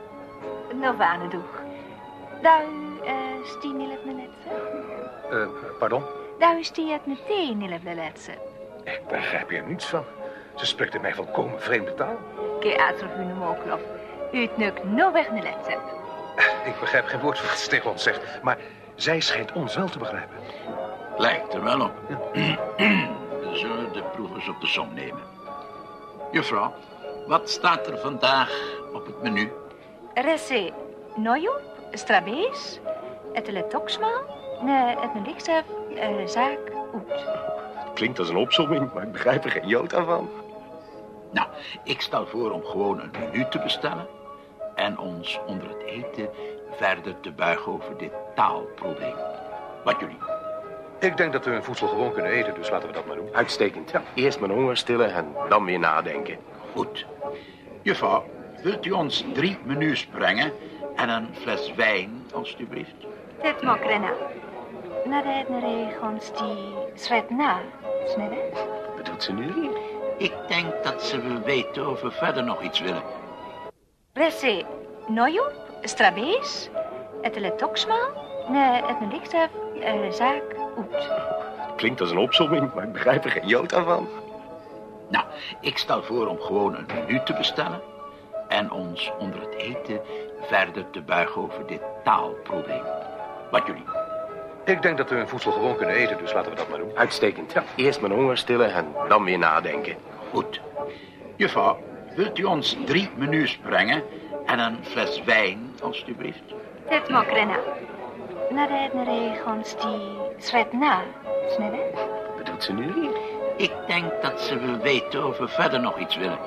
Novane doeg. Daar u uh, stie nillet neletze? Uh, pardon? Daar u stie het meteen nillet neletze. Ik begrijp hier niets van. Ze spreekt in mij volkomen vreemde taal. Ke atrof u nemoklof. U het nuk no weg neletze. Ik begrijp geen woord wat ze tegen ons zegt, maar zij schijnt ons wel te begrijpen. Lijkt er wel op. We zullen de proevers op de som nemen. Juffrouw, wat staat er vandaag op het menu? Resse nojo, strabees, het letoksmaal, ne het neliksef, uh, zaak, oet. Klinkt als een opsomming, maar ik begrijp er geen jota van. Nou, ik stel voor om gewoon een menu te bestellen en ons onder het eten verder te buigen over dit taalprobleem. Wat jullie? Ik denk dat we hun voedsel gewoon kunnen eten, dus laten we dat maar doen. Uitstekend. Ja. Eerst mijn honger stillen en dan weer nadenken. Goed. Juffrouw, wilt u ons drie menus brengen en een fles wijn, alstublieft? Dit mokrena. Na de het regons die schret na, snelle. Wat doet ze nu hier? Ik denk dat ze wil weten of we verder nog iets willen. Resse nojo, strabees, het letoksmaal, ne het neliksef, uh, zaak, oet. Klinkt als een opsomming, maar ik begrijp er geen jota van. Nou, ik stel voor om gewoon een menu te bestellen en ons onder het eten verder te buigen over dit taalprobleem. Wat jullie? Ik denk dat we hun voedsel gewoon kunnen eten, dus laten we dat maar doen. Uitstekend. Ja. Eerst mijn honger stillen en dan weer nadenken. Goed. Juffrouw, wilt u ons drie menus brengen en een fles wijn, alstublieft? Dit mokrena. Na de het regons die schret na, snelle. Wat doet ze nu hier? Ik denk dat ze wil weten of we verder nog iets willen.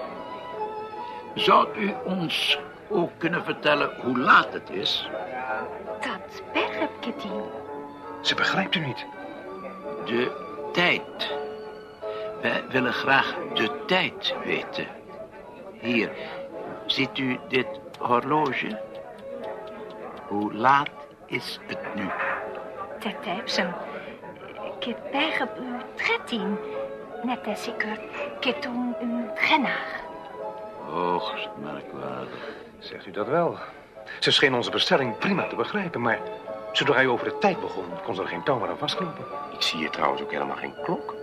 Zou u ons ook kunnen vertellen hoe laat het is? Dat begrijp Kitty. Ze begrijpt u niet. De tijd. Wij willen graag de tijd weten. Hier, ziet u dit horloge? Hoe laat is het nu? Dat heb ze. Ik begrijp u dertien. Net als ik het toen u genaag. Hoogst merkwaardig. Zegt u dat wel? Ze scheen onze bestelling prima te begrijpen, maar zodra hij over de tijd begon, kon ze er geen touw meer aan vastknopen. Ik zie hier trouwens ook helemaal geen klok.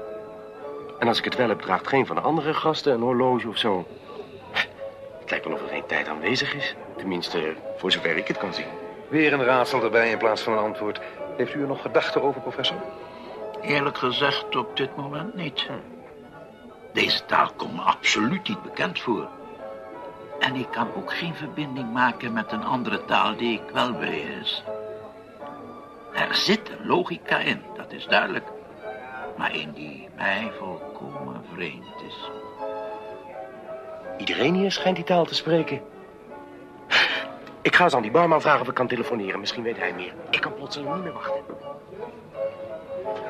En als ik het wel heb, draagt geen van de andere gasten een horloge of zo. Het lijkt wel of er geen tijd aanwezig is. Tenminste, voor zover ik het kan zien. Weer een raadsel erbij in plaats van een antwoord. Heeft u er nog gedachten over, professor? Eerlijk gezegd op dit moment niet. Deze taal komt me absoluut niet bekend voor. En ik kan ook geen verbinding maken met een andere taal die ik wel beheers. Er zit een logica in, dat is duidelijk. Maar een die mij volkomen vreemd is. Iedereen hier schijnt die taal te spreken. Ik ga eens aan die barman vragen of ik kan telefoneren. Misschien weet hij meer. Ik kan plotseling niet meer wachten.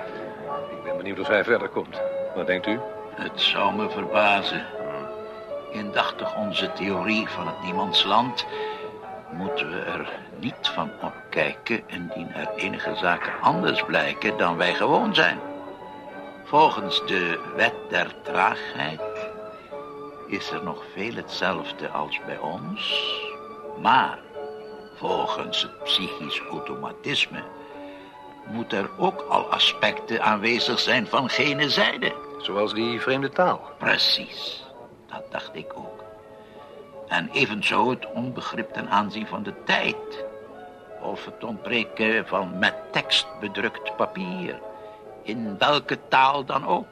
Ik ben benieuwd of hij verder komt. Wat denkt u? Het zou me verbazen. indachtig onze theorie van het niemandsland, moeten we er niet van opkijken indien er enige zaken anders blijken dan wij gewoon zijn. Volgens de wet der traagheid is er nog veel hetzelfde als bij ons, maar volgens het psychisch automatisme moet er ook al aspecten aanwezig zijn van gene zijde. Zoals die vreemde taal. Precies, dat dacht ik ook. En evenzo het onbegrip ten aanzien van de tijd. Of het ontbreken van met tekst bedrukt papier. In welke taal dan ook.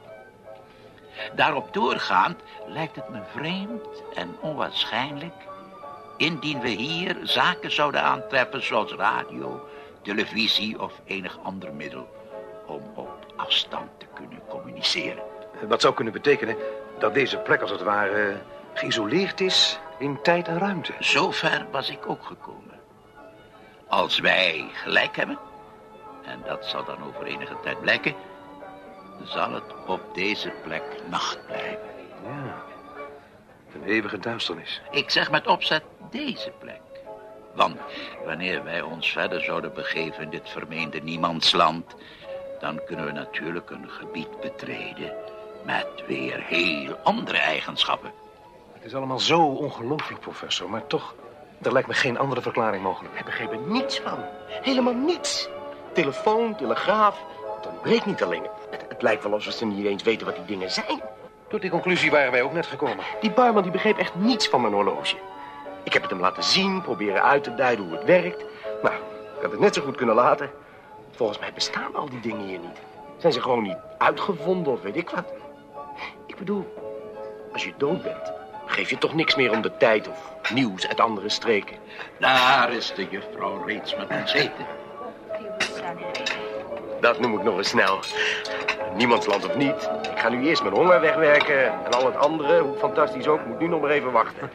Daarop doorgaand lijkt het me vreemd en onwaarschijnlijk indien we hier zaken zouden aantreffen zoals radio, televisie of enig ander middel om op afstand te kunnen communiceren. Wat zou kunnen betekenen dat deze plek als het ware geïsoleerd is in tijd en ruimte. Zover was ik ook gekomen. Als wij gelijk hebben, en dat zal dan over enige tijd blijken, zal het op deze plek nacht blijven. Ja, een eeuwige duisternis. Ik zeg met opzet deze plek. Want wanneer wij ons verder zouden begeven in dit vermeende niemandsland, dan kunnen we natuurlijk een gebied betreden met weer heel andere eigenschappen. Het is allemaal zo ongelooflijk, professor, maar toch, er lijkt me geen andere verklaring mogelijk. Ik begreep er niets van. Helemaal niets. Telefoon, telegraaf, dat breekt niet alleen. Het, het lijkt wel alsof ze niet eens weten wat die dingen zijn. Tot die conclusie waren wij ook net gekomen. Die barman die begreep echt niets van mijn horloge. Ik heb het hem laten zien, proberen uit te duiden hoe het werkt. Nou, ik had het net zo goed kunnen laten. Volgens mij bestaan al die dingen hier niet. Zijn ze gewoon niet uitgevonden of weet ik wat. Ik bedoel, als je dood bent, geef je toch niks meer om de tijd of nieuws uit andere streken. Daar is de juffrouw reeds met ons eten. Dat noem ik nog eens snel. Niemandsland of niet. Ik ga nu eerst mijn honger wegwerken. En al het andere, hoe fantastisch ook, moet nu nog maar even wachten.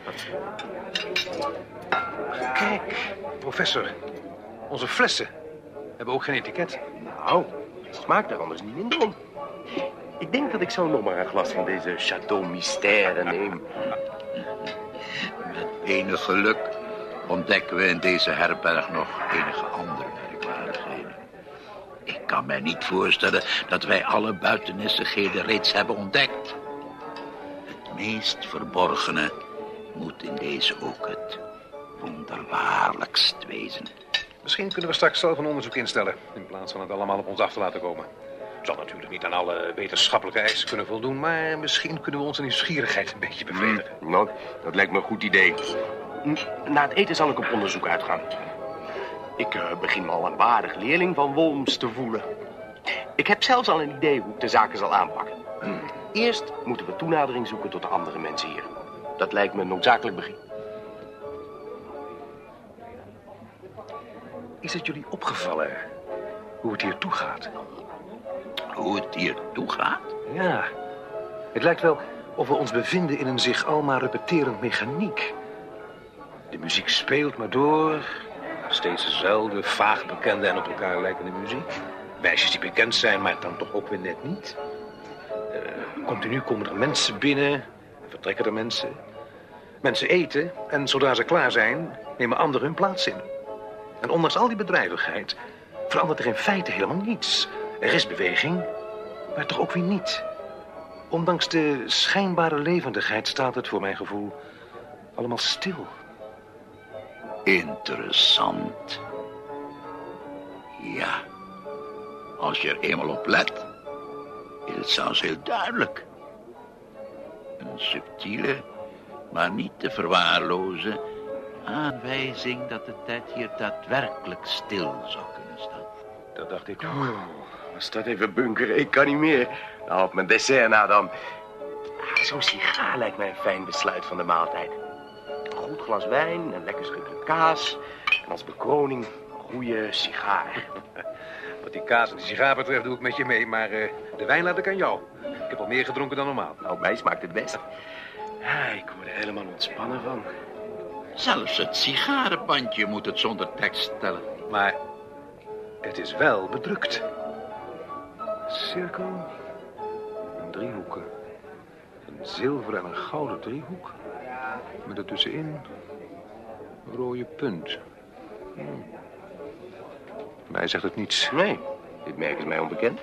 Kijk, professor. Onze flessen hebben ook geen etiket. Nou, het smaakt er anders niet minder om. Ik denk dat ik zo nog maar een glas van deze Chateau Mystère neem. Met enig geluk ontdekken we in deze herberg nog enige andere merkwaardigheden. Ik kan mij niet voorstellen dat wij alle buitenissigheden reeds hebben ontdekt. Het meest verborgene moet in deze ook het wonderbaarlijkst wezen. Misschien kunnen we straks zelf een onderzoek instellen, in plaats van het allemaal op ons af te laten komen. Het zal natuurlijk niet aan alle wetenschappelijke eisen kunnen voldoen, maar misschien kunnen we onze nieuwsgierigheid een beetje bevredigen. Mm, nou, dat lijkt me een goed idee. Na het eten zal ik op onderzoek uitgaan. Ik uh, begin me al een waardig leerling van Worms te voelen. Ik heb zelfs al een idee hoe ik de zaken zal aanpakken. Eerst moeten we toenadering zoeken tot de andere mensen hier. Dat lijkt me een noodzakelijk begin. Is het jullie opgevallen hoe het hier toegaat? Hoe het hier toegaat? Ja, het lijkt wel of we ons bevinden in een zich almaar repeterend mechaniek. De muziek speelt maar door. Steeds dezelfde, vaag bekende en op elkaar lijkende muziek. Meisjes die bekend zijn, maar dan toch ook weer net niet. Uh, continu komen er mensen binnen, vertrekken er mensen. Mensen eten en zodra ze klaar zijn, nemen anderen hun plaats in. En ondanks al die bedrijvigheid verandert er in feite helemaal niets. Er is beweging, maar toch ook weer niet. Ondanks de schijnbare levendigheid staat het voor mijn gevoel allemaal stil. Interessant. Ja, als je er eenmaal op let, is het zelfs heel duidelijk. Een subtiele, maar niet te verwaarlozen aanwijzing dat de tijd hier daadwerkelijk stil zou kunnen staan. Dat dacht ik ook. Oh, was dat even bunkeren? Ik kan niet meer. Nou, op mijn dessert na dan. Ah, zo'n sigaar lijkt mij een fijn besluit van de maaltijd. Een goed glas wijn, een lekker stukje kaas. En als bekroning een goede sigaar. Wat die kaas en die sigaar betreft doe ik met je mee, maar uh, de wijn laat ik aan jou. Ik heb al meer gedronken dan normaal. Nou, mij smaakt het best. Ah, ik word er helemaal ontspannen van. Zelfs het sigarenbandje moet het zonder tekst stellen. Maar het is wel bedrukt. Cirkel en driehoeken. Een zilveren en een gouden driehoek. Met ertussenin een rode punt. Hm. Mij zegt het niets. Nee, dit merk is mij onbekend.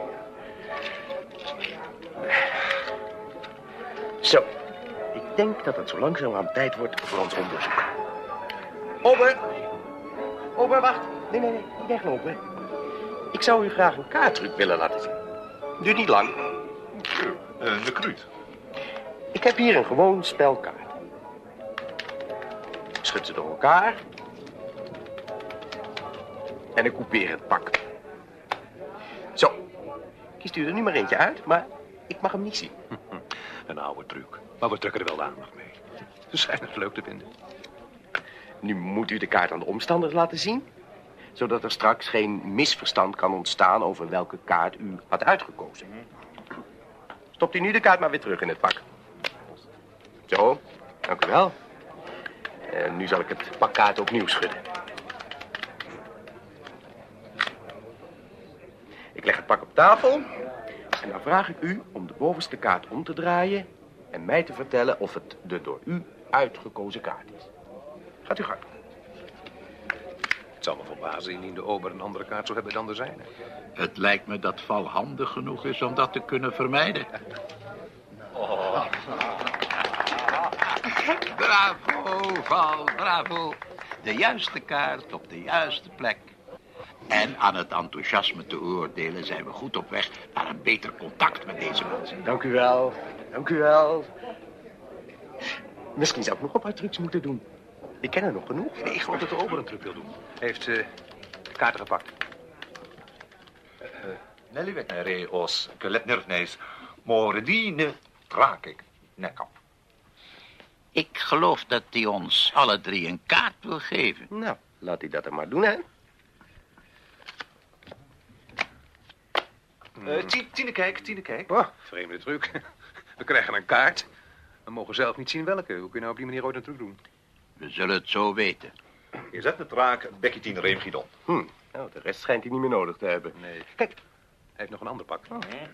Zo, ik denk dat het zo langzamerhand tijd wordt voor ons onderzoek. Ober! Ober, wacht. Nee, nee, nee, niet weglopen. Ik zou u graag een kaarttruc willen laten zien. Duurt niet lang. Uh, de kruid. Ik heb hier een gewoon spelkaart. Schud ze door elkaar. En ik coupeer het pak. Zo. Kiest u er nu maar eentje uit, maar ik mag hem niet zien. Een oude truc. Maar we trekken er wel de aandacht mee. Ze schijnen het leuk te vinden. Nu moet u de kaart aan de omstanders laten zien, zodat er straks geen misverstand kan ontstaan over welke kaart u had uitgekozen. Stopt u nu de kaart maar weer terug in het pak. Zo, dank u wel. En nu zal ik het pakkaart opnieuw schudden. Ik leg het pak op tafel en dan vraag ik u om de bovenste kaart om te draaien en mij te vertellen of het de door u uitgekozen kaart is. Gaat u gang. Het zal me verbazen indien de ober een andere kaart zou hebben dan de zijne. Het lijkt me dat Val handig genoeg is om dat te kunnen vermijden. Oh. Bravo, Val, bravo. De juiste kaart op de juiste plek. En aan het enthousiasme te oordelen zijn we goed op weg naar een beter contact met deze mensen. Dank u wel, dank u wel. Misschien zou ik nog een paar trucs moeten doen. Ik ken er nog genoeg. Nee, ik geloof dat de ober een truc wil doen. Hij heeft uh, kaarten gepakt. Nelly vetnere os keletnerneis moredine traak ik nekap. Ik geloof dat hij ons alle drie een kaart wil geven. Nou, laat hij dat dan maar doen, hè. Uh, Tiene, kijk, Tiene, kijk. Oh, vreemde truc. We krijgen een kaart. We mogen zelf niet zien welke. Hoe kun je nou op die manier ooit een truc doen? We zullen het zo weten. Je zet de traak Bekketien Reemgidon. Hm, nou, de rest schijnt hij niet meer nodig te hebben. Nee. Kijk, hij heeft nog een ander pak. Oh.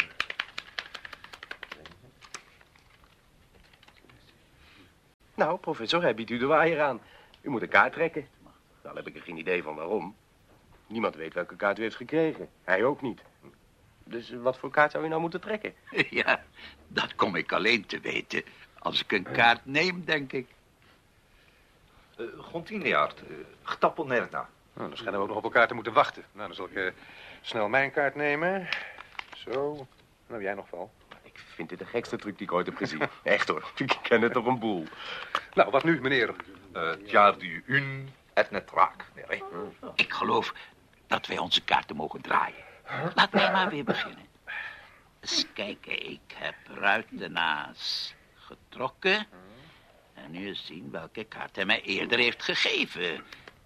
Nou, professor, hij biedt u de waaier aan. U moet een kaart trekken. Nou, heb ik er geen idee van waarom. Niemand weet welke kaart u heeft gekregen. Hij ook niet. Dus wat voor kaart zou u nou moeten trekken? Ja, dat kom ik alleen te weten als ik een kaart neem, denk ik. Uh, Gontineaard, uh, gtappelnerna. Nou, dan schijnen we ook nog op elkaar te moeten wachten. Nou, dan zal ik uh, snel mijn kaart nemen. Zo. Nou, jij nog wel. Ik vind dit de gekste truc die ik ooit heb gezien. Echt hoor, ik ken het toch een boel. Nou, wat nu, meneer? Uh, Tjaar du un et net traak. Nee. Ik geloof dat wij onze kaarten mogen draaien. Laat mij maar weer beginnen. Eens kijken, ik heb Ruitenaas getrokken. En nu eens zien welke kaart hij mij eerder heeft gegeven.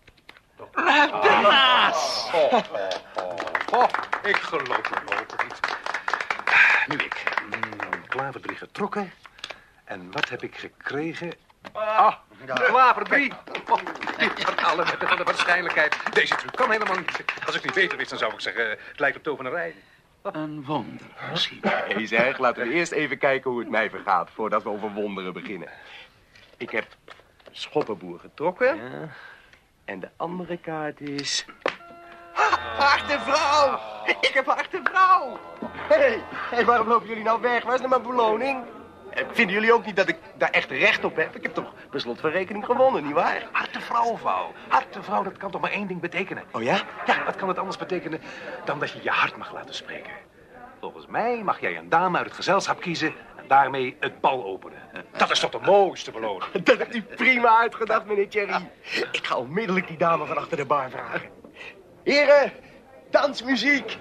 Ruitenaas! Oh, oh, oh, oh. Ik geloof het ook niet. Nu ik. Mm, klaver drie getrokken. En wat heb ik gekregen? Ah, klaver drie. Oh, dit gaat alle met de waarschijnlijkheid. Deze truc kan helemaal niet. Als ik niet beter wist, dan zou ik zeggen, het lijkt op tovenarij. Een wonder, misschien. Hé zeg, laten we eerst even kijken hoe het mij vergaat, voordat we over wonderen beginnen. Ik heb Schoppenboer getrokken. Ja. En de andere kaart is... Harte vrouw! Ik heb harte vrouw! Hé, hey, hey, waarom lopen jullie nou weg? Waar is nou mijn beloning? Vinden jullie ook niet dat ik daar echt recht op heb? Ik heb toch per slot van rekening gewonnen, nietwaar? Hartevrouw, vrouw. Hartevrouw, dat kan toch maar één ding betekenen? Oh ja? Ja, wat kan het anders betekenen dan dat je je hart mag laten spreken? Volgens mij mag jij een dame uit het gezelschap kiezen en daarmee het bal openen. Dat is toch de mooiste beloning? Dat hebt u prima uitgedacht, meneer Thierry. Ik ga onmiddellijk die dame van achter de bar vragen. Heren, dansmuziek!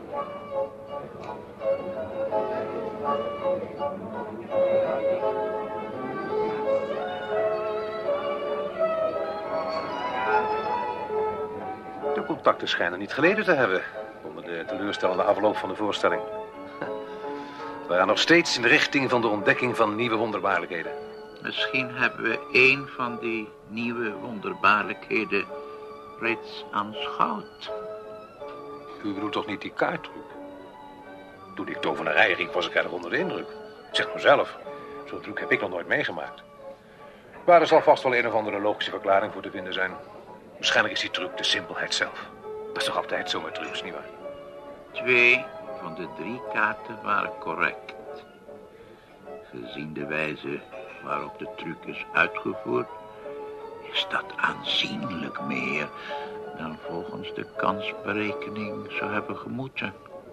De contacten schijnen niet geleden te hebben onder de teleurstellende afloop van de voorstelling. We gaan nog steeds in de richting van de ontdekking van nieuwe wonderbaarlijkheden. Misschien hebben we één van die nieuwe wonderbaarlijkheden reeds aanschouwd. U bedoelt toch niet die kaarttruc? Toen ik tovenarij riep, was ik erg onder de indruk. Zeg maar zelf, zo'n truc heb ik nog nooit meegemaakt. Maar er zal vast wel een of andere logische verklaring voor te vinden zijn. Waarschijnlijk is die truc de simpelheid zelf. Dat is toch altijd zo met trucs, nietwaar? Twee van de drie kaarten waren correct. Gezien de wijze waarop de truc is uitgevoerd, is dat aanzienlijk meer dan volgens de kansberekening zou hebben gemoeten.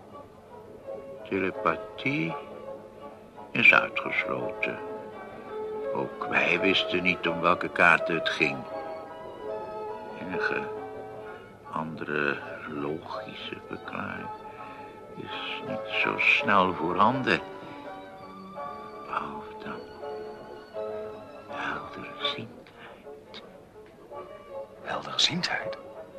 Telepathie is uitgesloten. Ook wij wisten niet om welke kaarten het ging. Enige andere logische verklaring is niet zo snel voorhanden. Behalve dan helderziendheid. Helderziendheid?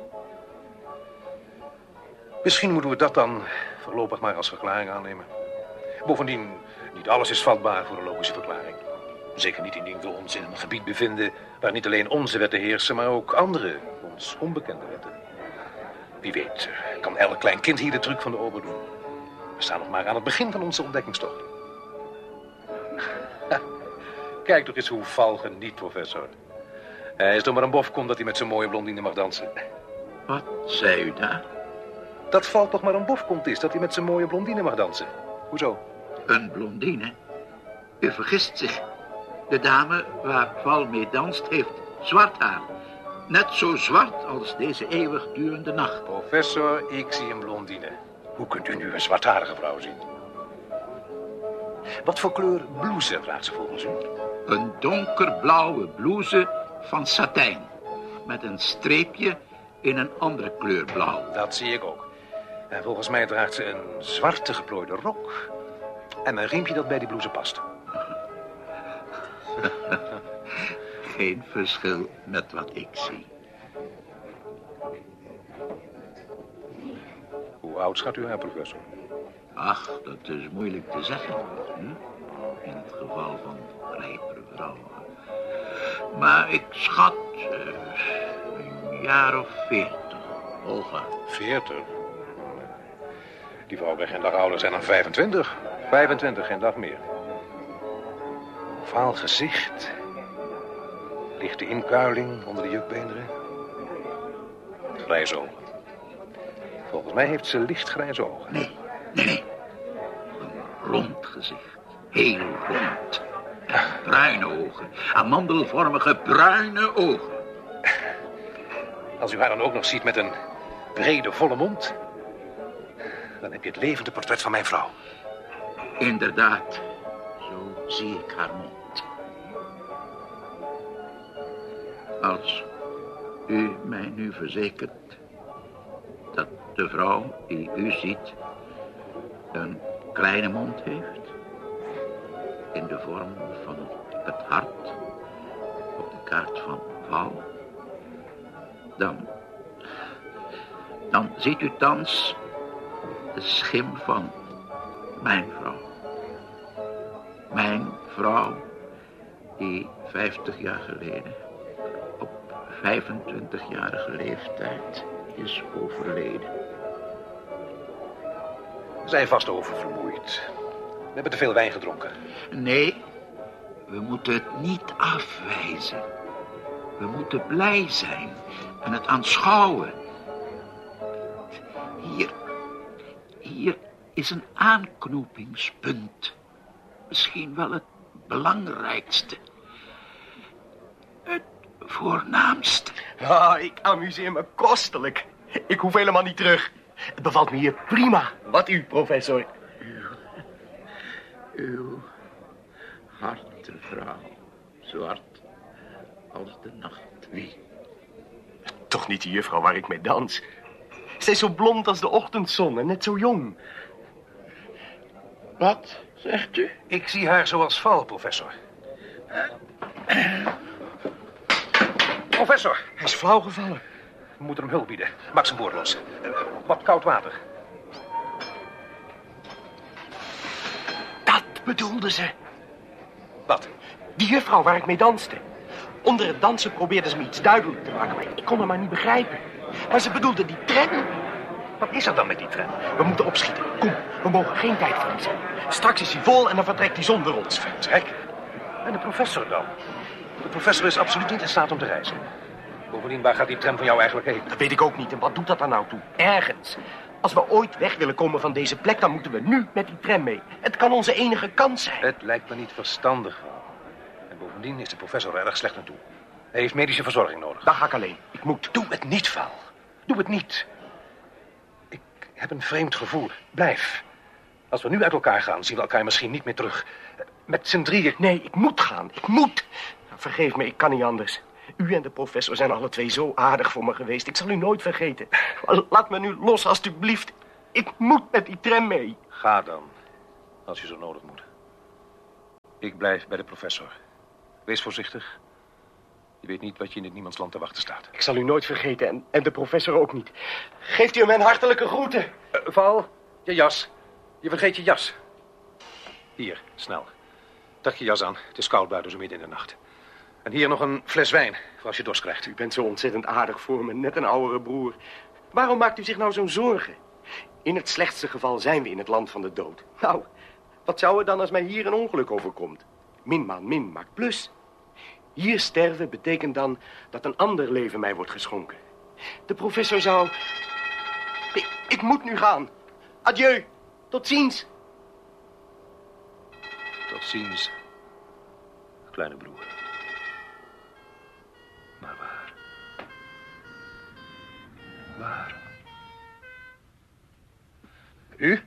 Misschien moeten we dat dan voorlopig maar als verklaring aannemen. Bovendien, niet alles is vatbaar voor een logische verklaring. Zeker niet indien we ons in een gebied bevinden waar niet alleen onze wetten heersen, maar ook andere, ons onbekende wetten. Wie weet, kan elk klein kind hier de truc van de ober doen. We staan nog maar aan het begin van onze ontdekkingstocht. Kijk toch eens hoe Val geniet, professor. Hij is door maar een bofkom dat hij met zijn mooie blondine mag dansen. Wat zei u daar? Dat Val toch maar een bofkont is dat hij met zijn mooie blondine mag dansen. Hoezo? Een blondine? U vergist zich. De dame waar Val mee danst heeft zwart haar. Net zo zwart als deze eeuwigdurende nacht. Professor, ik zie een blondine. Hoe kunt u nu een zwartharige vrouw zien? Wat voor kleur blouse draagt ze volgens u? Een donkerblauwe blouse van satijn. Met een streepje in een andere kleur blauw. Dat zie ik ook. En volgens mij draagt ze een zwarte geplooide rok. En een riempje dat bij die blouse past. Geen verschil met wat ik zie. Hoe oud schat u haar, professor? Ach, dat is moeilijk te zeggen. Hm? In het geval van rijpere vrouwen. Maar ik schat uh, een jaar of veertig. Hooguit. Veertig? Die vrouw kan geen dag ouder zijn dan vijfentwintig. Vijfentwintig, geen dag meer. Vaal gezicht. Lichte inkuiling onder de jukbeenderen. Grijze ogen. Volgens mij heeft ze lichtgrijze ogen. Nee, nee, nee. Een rond gezicht. Heel rond. En bruine ogen. Amandelvormige bruine ogen. Als u haar dan ook nog ziet met een brede, volle mond, dan heb je het levende portret van mijn vrouw. Inderdaad. Zo zie ik haar mond. Als u mij nu verzekert dat de vrouw die u ziet een kleine mond heeft, in de vorm van het hart op de kaart van Val, dan, dan ziet u thans de schim van mijn vrouw. Mijn vrouw die vijftig jaar geleden op vijfentwintigjarige leeftijd is overleden. We zijn vast oververmoeid. We hebben te veel wijn gedronken. Nee, we moeten het niet afwijzen. We moeten blij zijn en het aanschouwen. Hier, hier is een aanknopingspunt. Misschien wel het belangrijkste. Het voornaamste. Ah, ik amuseer me kostelijk. Ik hoef helemaal niet terug. Het bevalt me hier prima. Wat u, professor? Uw, uw harte vrouw, zwart als de nacht. Wie? Toch niet die juffrouw waar ik mee dans. Zij is zo blond als de ochtendzon en net zo jong. Wat zegt u? Ik zie haar zoals Val, professor. Professor. Hij is flauw gevallen. We moeten hem hulp bieden. Maak zijn boord los. Uh, wat koud water. Dat bedoelde ze. Wat? Die juffrouw waar ik mee danste. Onder het dansen probeerde ze me iets duidelijk te maken, maar ik kon haar maar niet begrijpen. Maar ze bedoelde die tram. Wat is er dan met die tram? We moeten opschieten. Kom, we mogen geen tijd verliezen. Straks is hij vol en dan vertrekt hij zonder ons. Vertrek? En de professor dan? De professor is absoluut niet in staat om te reizen. Bovendien, waar gaat die tram van jou eigenlijk heen? Dat weet ik ook niet. En wat doet dat er nou toe? Ergens. Als we ooit weg willen komen van deze plek, dan moeten we nu met die tram mee. Het kan onze enige kans zijn. Het lijkt me niet verstandig, Val. En bovendien is de professor er erg slecht aan toe. Hij heeft medische verzorging nodig. Dat ga ik alleen. Ik moet. Doe het niet, Val. Doe het niet. Ik heb een vreemd gevoel. Blijf. Als we nu uit elkaar gaan, zien we elkaar misschien niet meer terug. Met z'n drieën. Nee, ik moet gaan. Ik moet. Vergeef me, ik kan niet anders. U en de professor zijn alle twee zo aardig voor me geweest. Ik zal u nooit vergeten. Laat me nu los, alstublieft. Ik moet met die tram mee. Ga dan, als je zo nodig moet. Ik blijf bij de professor. Wees voorzichtig. Je weet niet wat je in het niemandsland te wachten staat. Ik zal u nooit vergeten en, en de professor ook niet. Geeft u hem mijn hartelijke groeten. Uh, Val, je jas. Je vergeet je jas. Hier, snel. Trek je jas aan. Het is koud buiten, zo midden in de nacht. En hier nog een fles wijn, voor als je dorst krijgt. U bent zo ontzettend aardig voor me, net een oudere broer. Waarom maakt u zich nou zo'n zorgen? In het slechtste geval zijn we in het land van de dood. Nou, wat zou er dan als mij hier een ongeluk overkomt? Min maal min maakt plus. Hier sterven betekent dan dat een ander leven mij wordt geschonken. De professor zou... Ik, ik moet nu gaan. Adieu. Tot ziens. Tot ziens, kleine broer. Maar waar? Waar? U?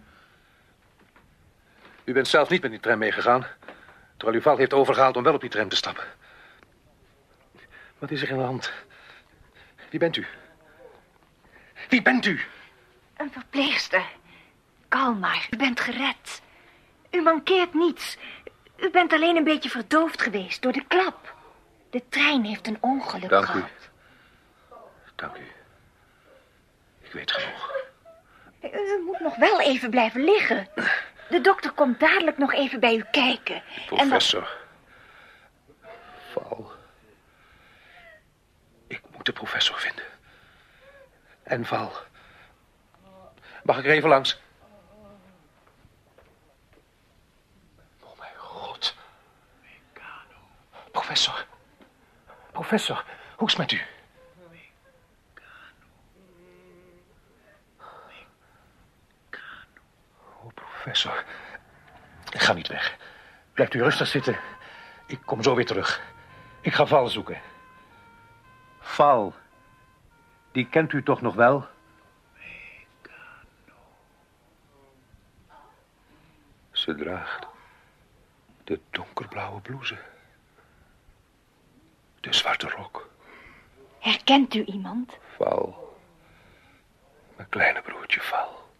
U bent zelf niet met die tram meegegaan, terwijl u Val heeft overgehaald om wel op die tram te stappen. Wat is er aan de hand? Wie bent u? Wie bent u? Een verpleegster. Kalm maar, u bent gered. U mankeert niets. U bent alleen een beetje verdoofd geweest door de klap. De trein heeft een ongeluk Dank gehad. u. Dank u. Ik weet genoeg. U moet nog wel even blijven liggen. De dokter komt dadelijk nog even bij u kijken. Professor. Val. Ik moet de professor vinden. En Val. Mag ik er even langs? Oh mijn god. Professor. Professor, hoe is het met u? Oh, professor. Ik ga niet weg. Blijft u rustig zitten. Ik kom zo weer terug. Ik ga Val zoeken. Val. Die kent u toch nog wel? Ze draagt de donkerblauwe blouse. De zwarte rok. Herkent u iemand? Val. Mijn kleine broertje Val.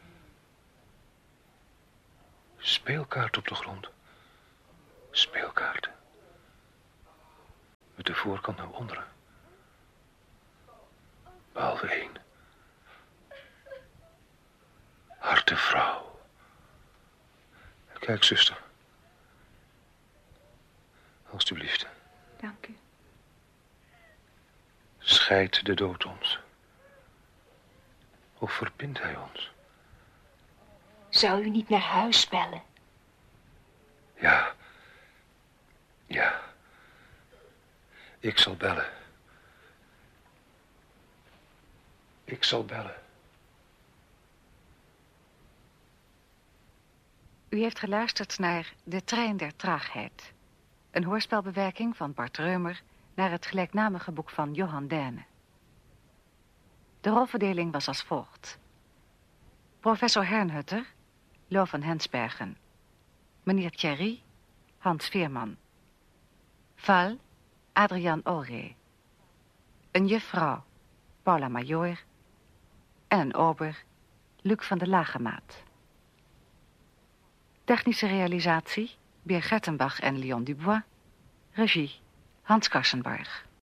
Speelkaart op de grond. Speelkaarten. Met de voorkant naar onderen. Behalve één. Hartevrouw. Kijk, zuster. Alsjeblieft. Dank u. Scheidt de dood ons? Of verbindt hij ons? Zou u niet naar huis bellen? Ja. Ja. Ik zal bellen. Ik zal bellen. U heeft geluisterd naar De Trein der Traagheid. Een hoorspelbewerking van Bart Reumer naar het gelijknamige boek van Johan Derne. De rolverdeling was als volgt. Professor Hernhutter, Lo van Hensbergen. Meneer Thierry, Hans Veerman. Val, Adriaan Olree. Een juffrouw, Paula Major. En een ober, Luc van de Lagemaat. Technische realisatie, Beer Gertenbach en Leon Dubois. Regie, Hans Karsenbarg.